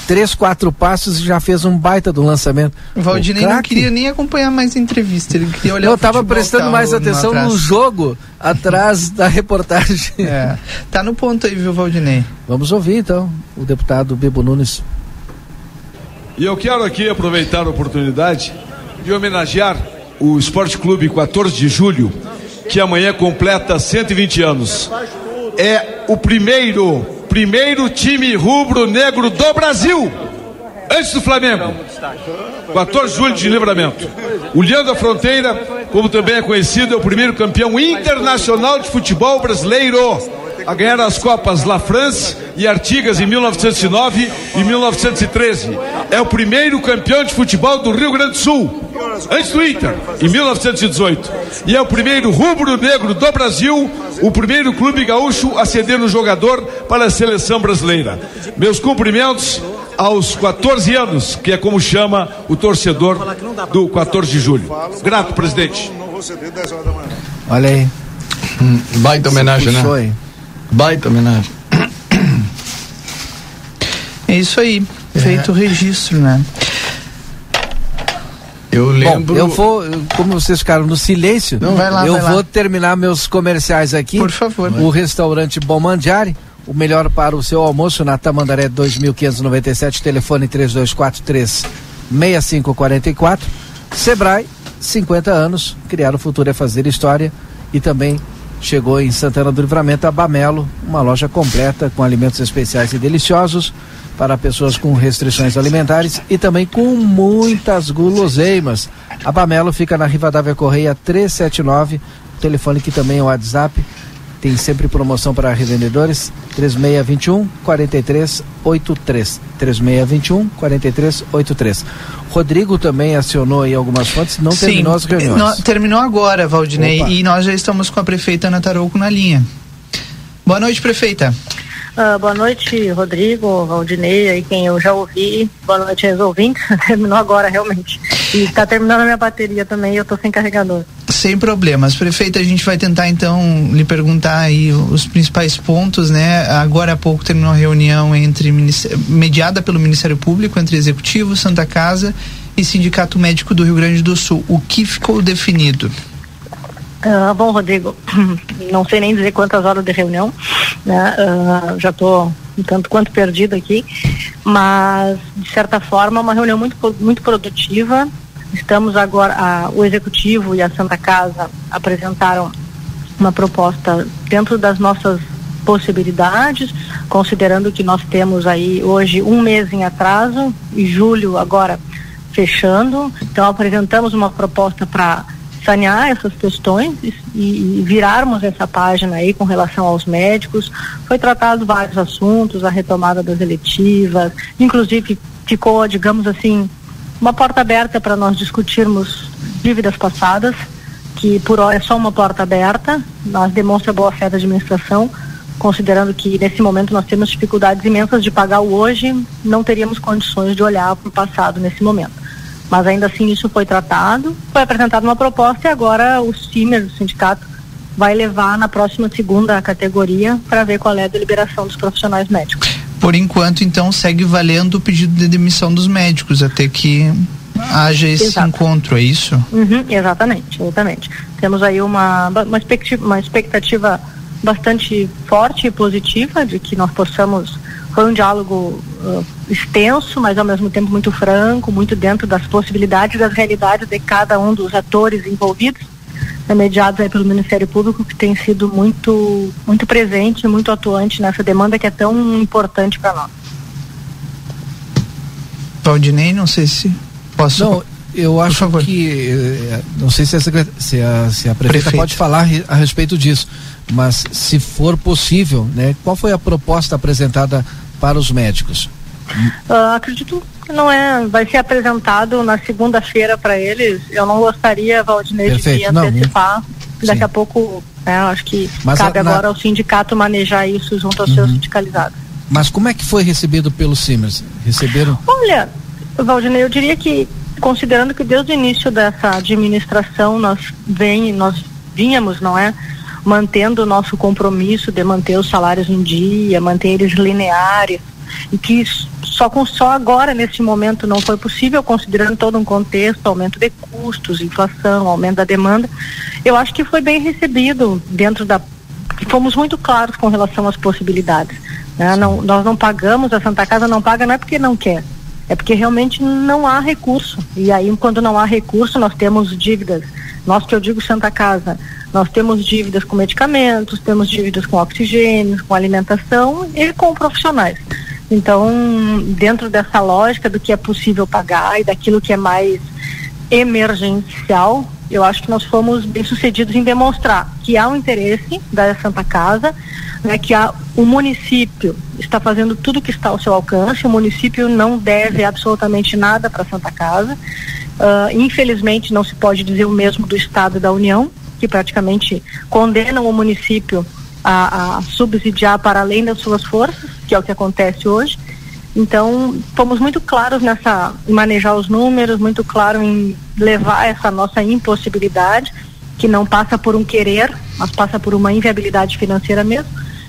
três, quatro passos e já fez um baita do lançamento. O Valdinei não queria nem acompanhar mais a entrevista, ele queria olhar. Eu estava prestando mais atenção no jogo atrás da reportagem. É, tá no ponto aí, viu, Valdinei? Vamos ouvir então o deputado Bibo Nunes. E eu quero aqui aproveitar a oportunidade de homenagear o Esporte Clube quatorze de julho, que amanhã completa cento e vinte anos. É o primeiro, primeiro time rubro-negro do Brasil, antes do Flamengo. quatorze de julho de Livramento. O Leão da Fronteira, como também é conhecido, é o primeiro campeão internacional de futebol brasileiro a ganhar as Copas La France e Artigas em mil novecentos e nove e mil novecentos e treze. É o primeiro campeão de futebol do Rio Grande do Sul, antes do Inter, em mil novecentos e dezoito. E é o primeiro rubro-negro do Brasil, o primeiro clube gaúcho a ceder um jogador para a seleção brasileira. Meus cumprimentos aos quatorze anos, que é como chama o torcedor do quatorze de julho. Grato, presidente. Olha aí. Hum, baita homenagem, né? Aí. Baita homenagem. É isso aí, feito o registro, né? Eu lembro. Bom, eu vou, como vocês ficaram no silêncio, Não, vai lá, eu vai vou lá. terminar meus comerciais aqui. Por favor. O restaurante Bom Mandiari, o melhor para o seu almoço na Tamandaré dois mil quinhentos e noventa e sete, telefone três dois quatro três, seis cinco quatro quatro. Sebrae, cinquenta anos, criar o futuro é fazer história. E também chegou em Santana do Livramento a Bamelo, uma loja completa com alimentos especiais e deliciosos para pessoas com restrições alimentares e também com muitas guloseimas. A Bamelo fica na Rivadavia Correia trezentos e setenta e nove, o telefone que também é o WhatsApp, tem sempre promoção para revendedores, três seis dois um, quatro três oito três, três seis dois um, quatro três oito três. Rodrigo também acionou aí algumas fontes, não Sim, terminou as reuniões. No, terminou agora, Valdinei, Opa. E nós já estamos com a prefeita Ana Tarouco na linha. Boa noite, prefeita. Uh, boa noite, Rodrigo, Valdinei, aí quem eu já ouvi. Boa noite aos ouvintes. Terminou agora, realmente. E está terminando a minha bateria também, eu estou sem carregador. Sem problemas. Prefeita, a gente vai tentar então lhe perguntar aí os principais pontos, né? Agora há pouco terminou a reunião entre mediada pelo Ministério Público, entre Executivo, Santa Casa e Sindicato Médico do Rio Grande do Sul. O que ficou definido? Uh, bom, Rodrigo, não sei nem dizer quantas horas de reunião, né? Uh, já estou um tanto quanto perdida aqui, mas de certa forma uma reunião muito, muito produtiva. Estamos agora, a, o Executivo e a Santa Casa apresentaram uma proposta dentro das nossas possibilidades, considerando que nós temos aí hoje um mês em atraso e julho agora fechando. Então apresentamos uma proposta para sanear essas questões e, e virarmos essa página aí com relação aos médicos. Foi tratado vários assuntos, a retomada das eletivas, inclusive ficou, digamos assim, uma porta aberta para nós discutirmos dívidas passadas, que por hora é só uma porta aberta, nós demonstra boa fé da administração, considerando que nesse momento nós temos dificuldades imensas de pagar o hoje, não teríamos condições de olhar para o passado nesse momento. Mas ainda assim isso foi tratado, foi apresentada uma proposta e agora o CIMER, o sindicato, vai levar na próxima segunda categoria para ver qual é a deliberação dos profissionais médicos. Por enquanto, então, segue valendo o pedido de demissão dos médicos, até que haja esse Exato. encontro, é isso? Uhum, exatamente, exatamente. Temos aí uma, uma, expectativa, uma expectativa bastante forte e positiva de que nós possamos. Foi um diálogo uh, extenso, mas ao mesmo tempo muito franco, muito dentro das possibilidades e das realidades de cada um dos atores envolvidos, né, mediados aí pelo Ministério Público, que tem sido muito, muito presente, muito atuante nessa demanda que é tão importante para nós. Valdinei, não sei se posso... Não, eu acho que, não sei se a, se a, se a prefeita Prefeito. pode falar a respeito disso, mas se for possível, né, qual foi a proposta apresentada para os médicos? Uh, acredito que não é, vai ser apresentado na segunda-feira para eles. Eu não gostaria, Valdinei, Perfeito. de não, antecipar, sim. daqui a pouco, né, acho que mas cabe a, agora na... ao sindicato manejar isso junto aos uhum. seus sindicalizados. Mas como é que foi recebido pelos CIMERS? Receberam? Olha, Valdinei, eu diria que, considerando que desde o início dessa administração nós vem, nós vínhamos, não é, mantendo o nosso compromisso de manter os salários em dia, manter eles lineares, e que só, com, só agora, nesse momento, não foi possível, considerando todo um contexto, aumento de custos, inflação, aumento da demanda. Eu acho que foi bem recebido dentro da... Fomos muito claros com relação às possibilidades. Né? Não, nós não pagamos, a Santa Casa não paga, não é porque não quer, é porque realmente não há recurso. E aí, quando não há recurso, nós temos dívidas. Nós, que eu digo Santa Casa, nós temos dívidas com medicamentos, temos dívidas com oxigênio, com alimentação e com profissionais. Então, dentro dessa lógica do que é possível pagar e daquilo que é mais emergencial, eu acho que nós fomos bem-sucedidos em demonstrar que há um interesse da Santa Casa, né, que há, o município está fazendo tudo que está ao seu alcance, o município não deve absolutamente nada para a Santa Casa. Uh, infelizmente, não se pode dizer o mesmo do Estado e da União, que praticamente condenam o município a, a subsidiar para além das suas forças, que é o que acontece hoje. Então, fomos muito claros nessa, em manejar os números, muito claro em levar essa nossa impossibilidade, que não passa por um querer, mas passa por uma inviabilidade financeira mesmo.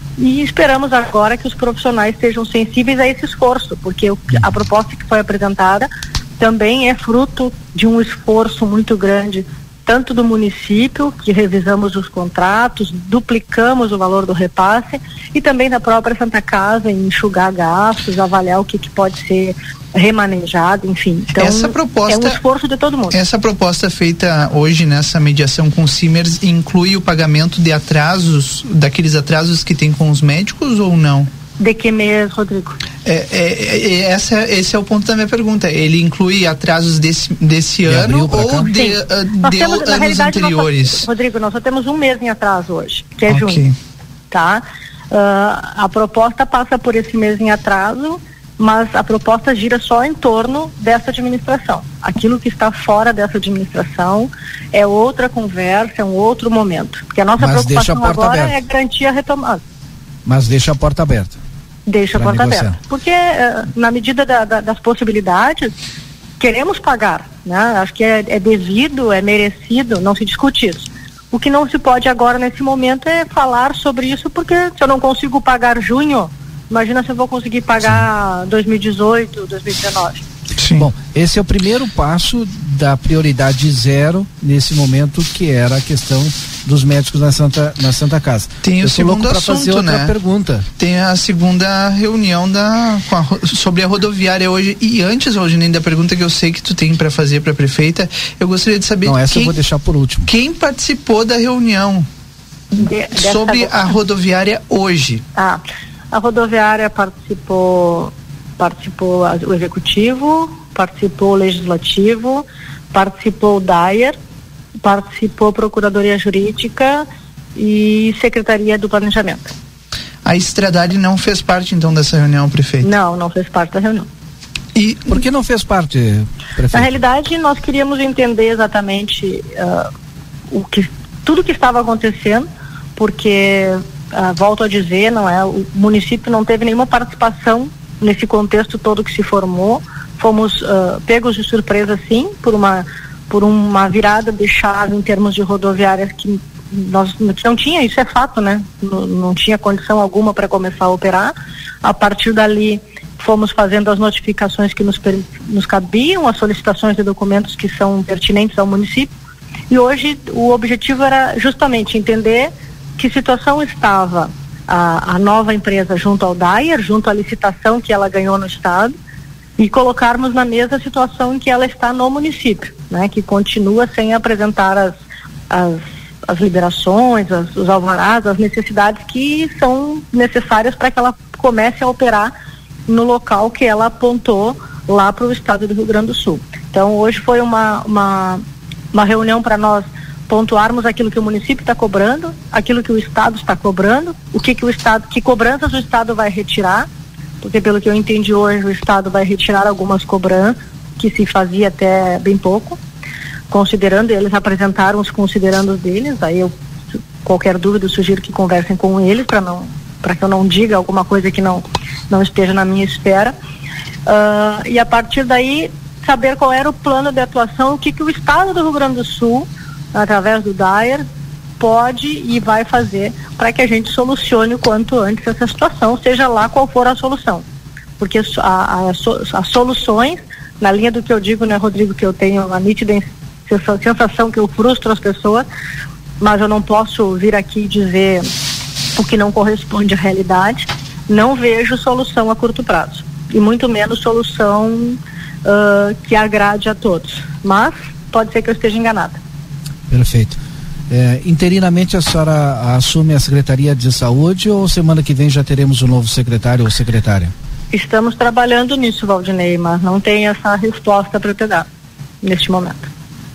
E esperamos agora que os profissionais sejam sensíveis a esse esforço, porque o, a proposta que foi apresentada também é fruto de um esforço muito grande, tanto do município, que revisamos os contratos, duplicamos o valor do repasse, e também da própria Santa Casa em enxugar gastos, avaliar o que, que pode ser remanejado, enfim. Então, essa proposta, é um esforço de todo mundo. Essa proposta feita hoje nessa mediação com o Simers inclui o pagamento de atrasos, daqueles atrasos que tem com os médicos ou não? De que mês, Rodrigo? É, é, é, essa, esse é o ponto da minha pergunta. Ele inclui atrasos desse, desse ano ou de, Sim. uh, de temos, anos anteriores? Nós só, Rodrigo, nós só temos um mês em atraso hoje, que é okay. junho. Tá? Uh, a proposta passa por esse mês em atraso, mas a proposta gira só em torno dessa administração. Aquilo que está fora dessa administração é outra conversa, é um outro momento. Porque a nossa mas preocupação a agora aberta. é garantir a retomada. Mas deixa a porta aberta. Deixa a porta negociar. aberta. Porque, uh, na medida da, da, das possibilidades, queremos pagar. Né? Acho que é, é devido, é merecido, não se discute isso. O que não se pode agora, nesse momento, é falar sobre isso, porque se eu não consigo pagar junho, imagina se eu vou conseguir pagar Sim. dois mil e dezoito, dois mil e dezenove. Sim. Bom, esse é o primeiro passo da prioridade zero nesse momento, que era a questão dos médicos na Santa, na Santa Casa. Tem Eu o segundo pra assunto, fazer outra né? pergunta. Tem a segunda reunião da, com a, sobre a rodoviária hoje. E antes, Rodinei, da pergunta que eu sei que tu tem para fazer para a prefeita, eu gostaria de saber. Não, essa quem, eu vou deixar por último. Quem participou da reunião de, sobre a rodoviária hoje? Ah, a rodoviária participou, participou o executivo, participou o legislativo, participou o Dyer, participou a Procuradoria Jurídica e Secretaria do Planejamento. A Estradale não fez parte, então, dessa reunião, prefeito? Não, não fez parte da reunião. E por que não fez parte, prefeito? Na realidade, nós queríamos entender exatamente uh, o que, tudo que estava acontecendo, porque, uh, volto a dizer, não é, o município não teve nenhuma participação nesse contexto todo que se formou. Fomos uh, pegos de surpresa, sim, por uma por uma virada de chave em termos de rodoviárias que nós não tinha, isso é fato, né? Não, não tinha condição alguma para começar a operar. A partir dali, fomos fazendo as notificações que nos, nos cabiam, as solicitações de documentos que são pertinentes ao município. E hoje o objetivo era justamente entender que situação estava a, a nova empresa junto ao Dyer, junto à licitação que ela ganhou no estado, e colocarmos na mesa a situação em que ela está no município, né, que continua sem apresentar as, as, as liberações, as, os alvarás, as necessidades que são necessárias para que ela comece a operar no local que ela apontou lá para o estado do Rio Grande do Sul. Então, hoje foi uma, uma, uma reunião para nós pontuarmos aquilo que o município está cobrando, aquilo que o estado está cobrando, o que, que o estado, que cobranças o estado vai retirar, porque pelo que eu entendi hoje o estado vai retirar algumas cobranças que se fazia até bem pouco, considerando, eles apresentaram os considerandos deles, aí eu, qualquer dúvida, eu sugiro que conversem com eles para não, para que eu não diga alguma coisa que não, não esteja na minha esfera, uh, e a partir daí saber qual era o plano de atuação, o que, que o estado do Rio Grande do Sul, através do Dyer, pode e vai fazer para que a gente solucione o quanto antes essa situação, seja lá qual for a solução. porque a, a, as soluções, na linha do que eu digo, né, Rodrigo, que eu tenho a nítida sensação que eu frustro as pessoas, mas eu não posso vir aqui dizer o que não corresponde à realidade. Não vejo solução a curto prazo, e muito menos solução uh, que agrade a todos, mas pode ser que eu esteja enganada. Perfeito. É, interinamente a senhora assume a Secretaria de Saúde, ou semana que vem já teremos um novo secretário ou secretária? Estamos trabalhando nisso, Valdinei, mas não tem essa resposta para te dar neste momento.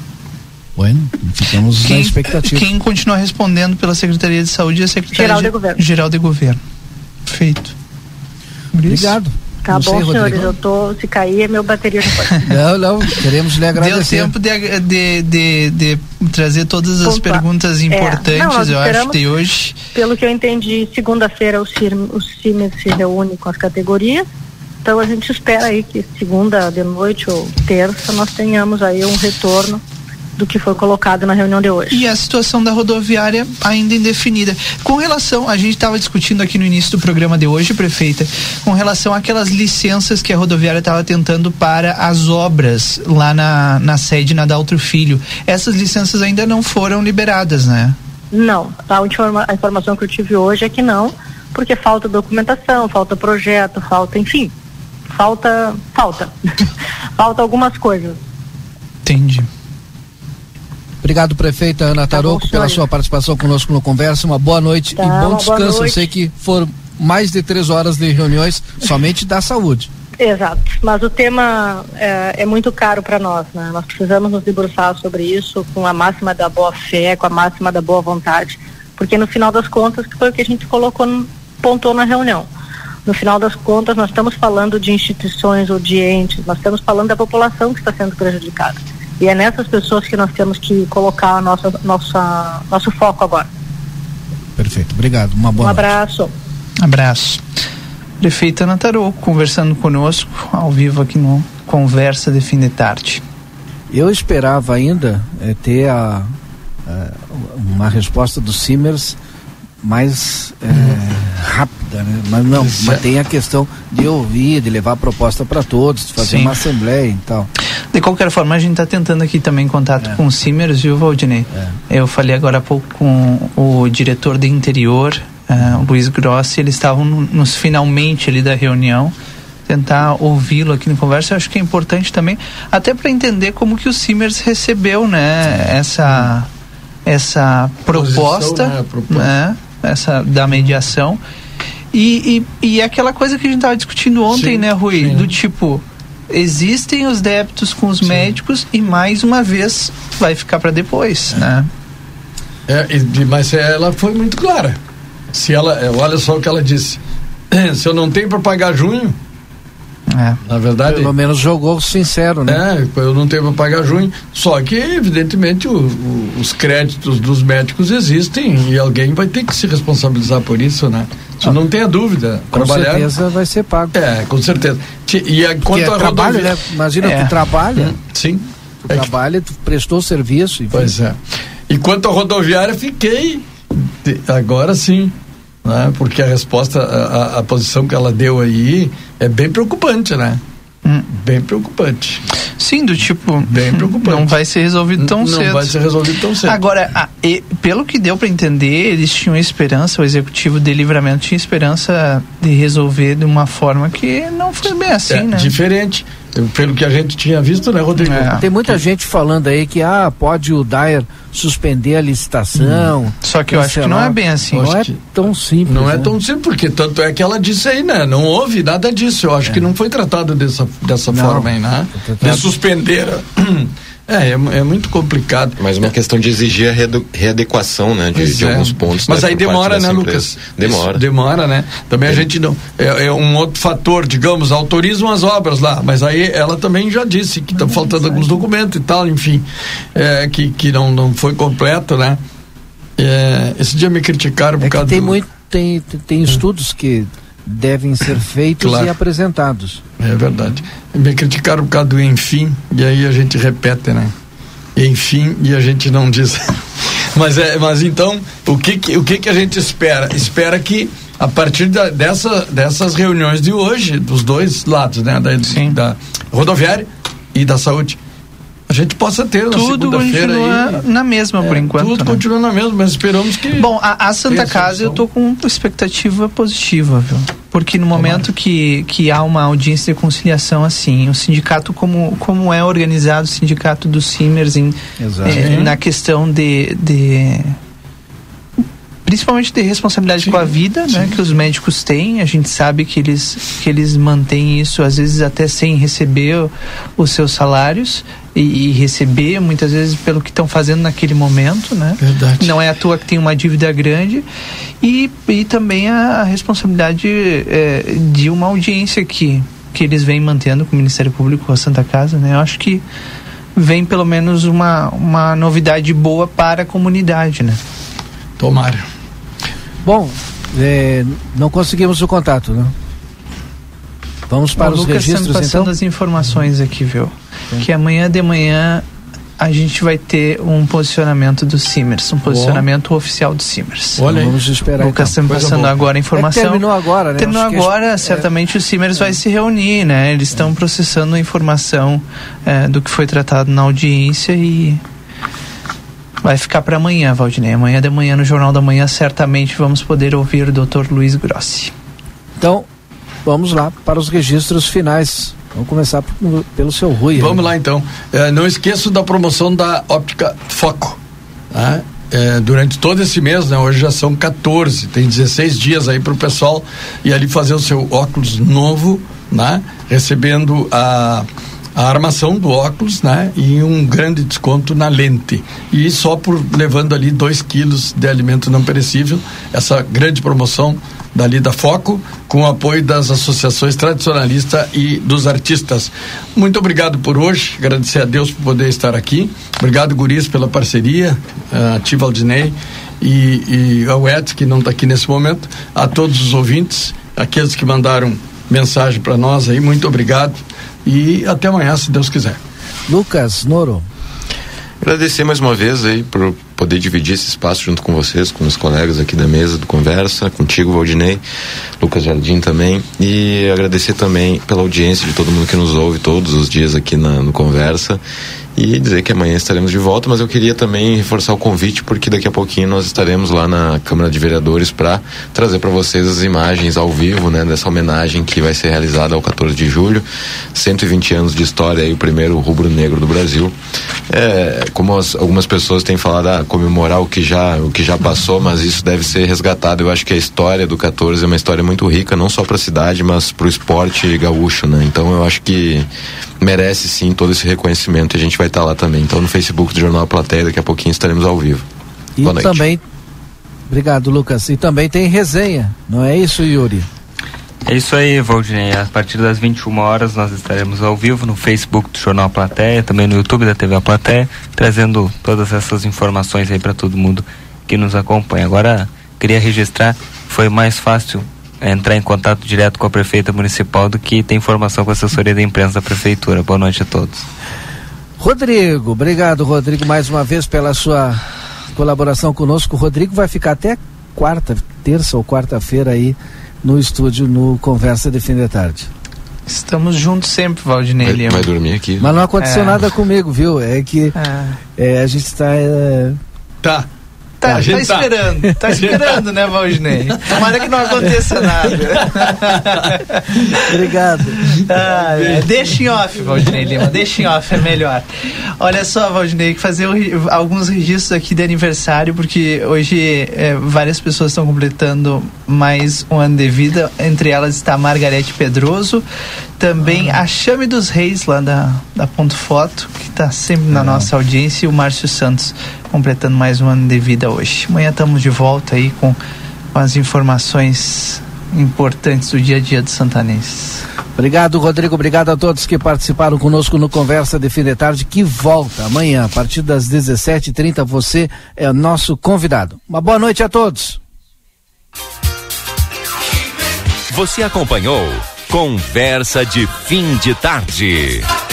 Bueno, ficamos quem, na expectativa. Quem continua respondendo pela Secretaria de Saúde é a Secretaria Geral de, de Governo. Geral de Governo. Feito. Obrigado. Tá não bom, sei, senhores, Rodrigo. eu tô, se cair, é meu bateria não pode. Não, não, queremos lhe agradecer. Deu tempo de, de, de, de trazer todas as Pontuar. perguntas importantes, é. não, eu acho, de hoje. Pelo que eu entendi, segunda-feira o C I M E R se reúne com as categorias, então a gente espera aí que segunda de noite ou terça nós tenhamos aí um retorno do que foi colocado na reunião de hoje. E a situação da rodoviária ainda indefinida. Com relação, a gente estava discutindo aqui no início do programa de hoje, prefeita, com relação àquelas licenças que a rodoviária estava tentando para as obras lá na, na sede na Daltro Filho. Essas licenças ainda não foram liberadas, né? Não, a, informa, a informação que eu tive hoje é que não, porque falta documentação, falta projeto, falta, enfim, falta, falta, falta algumas coisas. Entendi. Obrigado, prefeita Ana Tarouco, tá bom, pela sua participação conosco no Conversa. Uma boa noite tá, e bom descanso. Eu sei que foram mais de três horas de reuniões somente da saúde. Exato, mas o tema é, é muito caro para nós, né? Nós precisamos nos debruçar sobre isso com a máxima da boa fé, com a máxima da boa vontade, porque no final das contas, que foi o que a gente colocou, no, pontuou na reunião. No final das contas, nós estamos falando de instituições ou de entes, nós estamos falando da população que está sendo prejudicada. E é nessas pessoas que nós temos que colocar a nossa, nossa, nosso foco agora. Perfeito, obrigado. Uma boa um noite. abraço. Abraço. Prefeita Ana Tarouco conversando conosco ao vivo aqui no Conversa de Fim de Tarde. Eu esperava ainda é, ter a, a, uma resposta do C I M E R S mais é, hum. rápida, né? Mas não, Isso mas é. tem a questão de ouvir, de levar a proposta para todos, de fazer Sim. uma assembleia e tal. De qualquer forma, a gente está tentando aqui também contato é. com o C I M E R S, viu, Valdinei? É. Eu falei agora há pouco com o diretor de interior, uh, o Luiz Grossi, eles estavam no, nos finalmente ali da reunião, tentar ouvi-lo aqui no Conversa. Eu acho que é importante também, até para entender como que o C I M E R S recebeu, né, essa, essa proposta, Posição, né, proposta. Né, essa da mediação. E, e, e aquela coisa que a gente estava discutindo ontem, sim, né, Rui? Sim. Do tipo, existem os débitos com os sim. médicos e mais uma vez vai ficar para depois, é. né? É, e, mas ela foi muito clara. Se ela, olha só o que ela disse. Se eu não tenho para pagar junho, é. na verdade, pelo menos jogou sincero, né? É, eu não tenho para pagar junho. Só que evidentemente o, o, os créditos dos médicos existem e alguém vai ter que se responsabilizar por isso, né? Isso ah, não tenha dúvida. Com trabalhar, certeza vai ser pago. É, com certeza. E a, quanto a trabalho, rodovia... né? Imagina, é. tu trabalha. Hum, sim. Tu é trabalha, que... tu prestou serviço. Enfim. Pois é. E quanto à rodoviária, fiquei agora sim, né? Porque a resposta, a, a posição que ela deu aí é bem preocupante, né? Hum. Bem preocupante. Sim, do tipo, bem preocupante. Não vai ser resolvido tão não cedo. Não vai ser resolvido tão cedo. Agora, a, e, pelo que deu para entender, eles tinham esperança, o executivo de Livramento tinha esperança de resolver de uma forma que não foi bem assim, é, né? Diferente. Pelo que a gente tinha visto, né, Rodrigo? É. Tem muita que... gente falando aí que ah, pode o Dyer suspender a licitação. Hum. Só que eu acho que não é bem assim. Não é tão simples. Não né? é tão simples, porque tanto é que ela disse aí, né? Não houve nada disso. Eu acho é. que não foi tratado dessa, dessa forma aí, né? De suspender. É, é, é muito complicado. Mas uma é. questão de exigir a readu- readequação, né? De, de é. alguns pontos. Mas aí demora, né, Lucas? Demora. Isso demora, né? Também é. a gente não... É, é um outro fator, digamos, autorizam as obras lá, mas aí ela também já disse que está faltando alguns documentos e tal, enfim, é, que, que não, não foi completo, né? É, esse dia me criticaram por é causa tem do... muito tem, tem estudos que devem ser feitos claro. e apresentados. É verdade. Me criticaram por causa do enfim, e aí a gente repete, né? Enfim, e a gente não diz. mas, é, mas então, o que, que, o que, que a gente espera? Espera que a partir da, dessa, dessas reuniões de hoje, dos dois lados, né? Da, da rodoviária e da saúde. A gente possa ter na tudo segunda-feira continua aí, na mesma é, por enquanto. Tudo né? continua na mesma, mas esperamos que... Bom, a, a Santa Casa eu tô com expectativa positiva, viu? Porque no momento que, que há uma audiência de conciliação assim, o sindicato, como, como é organizado o sindicato dos Simers em, eh, na questão de... de principalmente de responsabilidade sim, com a vida, sim. né, que os médicos têm, a gente sabe que eles, que eles mantêm isso, às vezes até sem receber o, os seus salários e, e receber, muitas vezes, pelo que estão fazendo naquele momento, né? Verdade. Não é à toa que tem uma dívida grande e, e também a, a responsabilidade é, de uma audiência que, que eles vêm mantendo com o Ministério Público, com a Santa Casa, né? Eu acho que vem pelo menos uma, uma novidade boa para a comunidade, né? Tomara. Bom, é, não conseguimos o contato, né? Vamos para o os Lucas registros, tá me passando então? as informações aqui, viu? Sim. Que amanhã de manhã a gente vai ter um posicionamento do Simers, um posicionamento oh. oficial do Simers. Olha, vamos esperar. O Lucas está então. me passando boa. agora a informação. É que terminou agora, né? Terminou agora, é... certamente o Simers é. vai se reunir, né? Eles estão é. processando a informação é, do que foi tratado na audiência e... vai ficar para amanhã, Valdinei. Amanhã de manhã, no Jornal da Manhã, certamente vamos poder ouvir o doutor Luiz Grossi. Então, vamos lá para os registros finais. Vamos começar por, pelo seu Rui. Vamos aí. lá, então. É, não esqueço da promoção da Óptica Foco. Tá? É, durante todo esse mês, né? Hoje já são quatorze, tem dezesseis dias aí para o pessoal ir ali fazer o seu óculos novo, né? Recebendo a... a armação do óculos, né? E um grande desconto na lente. E só por levando ali dois quilos de alimento não perecível, essa grande promoção dali da Foco, com o apoio das associações tradicionalistas e dos artistas. Muito obrigado por hoje, agradecer a Deus por poder estar aqui. Obrigado, guris, pela parceria, a Tia Valdinei e, e ao Ed, que não está aqui nesse momento, a todos os ouvintes, aqueles que mandaram mensagem para nós aí, muito obrigado. E até amanhã, se Deus quiser. Lucas Noro. Agradecer mais uma vez aí por poder dividir esse espaço junto com vocês, com os colegas aqui da mesa do Conversa, contigo, Valdinei, Lucas Jardim também, e agradecer também pela audiência de todo mundo que nos ouve todos os dias aqui na, no Conversa, e dizer que amanhã estaremos de volta, mas eu queria também reforçar o convite, porque daqui a pouquinho nós estaremos lá na Câmara de Vereadores para trazer para vocês as imagens ao vivo, né, dessa homenagem que vai ser realizada ao quatorze de julho, cento e vinte anos de história aí, o primeiro rubro-negro do Brasil. É, como as, algumas pessoas têm falado, ah, comemorar o que já o que já passou, mas isso deve ser resgatado. Eu acho que a história do quatorze é uma história muito rica, não só para a cidade, mas para o esporte gaúcho, né? Então eu acho que merece sim todo esse reconhecimento, e a gente vai estar lá também. Então no Facebook do Jornal A Plateia, daqui a pouquinho estaremos ao vivo. E Boa noite. Também, obrigado, Lucas, e também tem resenha, não é isso, Yuri? É isso aí, Valdinei. A partir das vinte e uma horas nós estaremos ao vivo no Facebook do Jornal A Plateia, também no YouTube da T V A Plateia, trazendo todas essas informações aí para todo mundo que nos acompanha. Agora, queria registrar, foi mais fácil entrar em contato direto com a prefeita municipal do que ter informação com a assessoria da imprensa da prefeitura. Boa noite a todos. Rodrigo, obrigado, Rodrigo, mais uma vez pela sua colaboração conosco. O Rodrigo vai ficar até quarta, terça ou quarta-feira aí no estúdio, no Conversa de Fim de Tarde. Estamos juntos sempre, Valdinei Lima. Vai dormir aqui. Mas não aconteceu é. nada comigo, viu? É que é. É, a gente está... É... Tá. Tá, tá esperando, tá, tá esperando, né, Valdinei? Tomara que não aconteça nada. Obrigado. Ah, é, deixa em off, Valdinei Lima, deixa em off, é melhor. Olha só, Valdinei, fazer o, alguns registros aqui de aniversário, porque hoje é, várias pessoas estão completando mais um ano de vida, entre elas está a Margarete Pedroso, também a Chame dos Reis, lá da, da Ponto Foto, que está sempre na nossa audiência, e o Márcio Santos, completando mais um ano de vida hoje. Amanhã estamos de volta aí com, com as informações importantes do dia a dia do santanense. Obrigado, Rodrigo, obrigado a todos que participaram conosco no Conversa de Fim de Tarde, que volta amanhã, a partir das dezessete e trinta, você é o nosso convidado. Uma boa noite a todos. Você acompanhou Conversa de Fim de Tarde.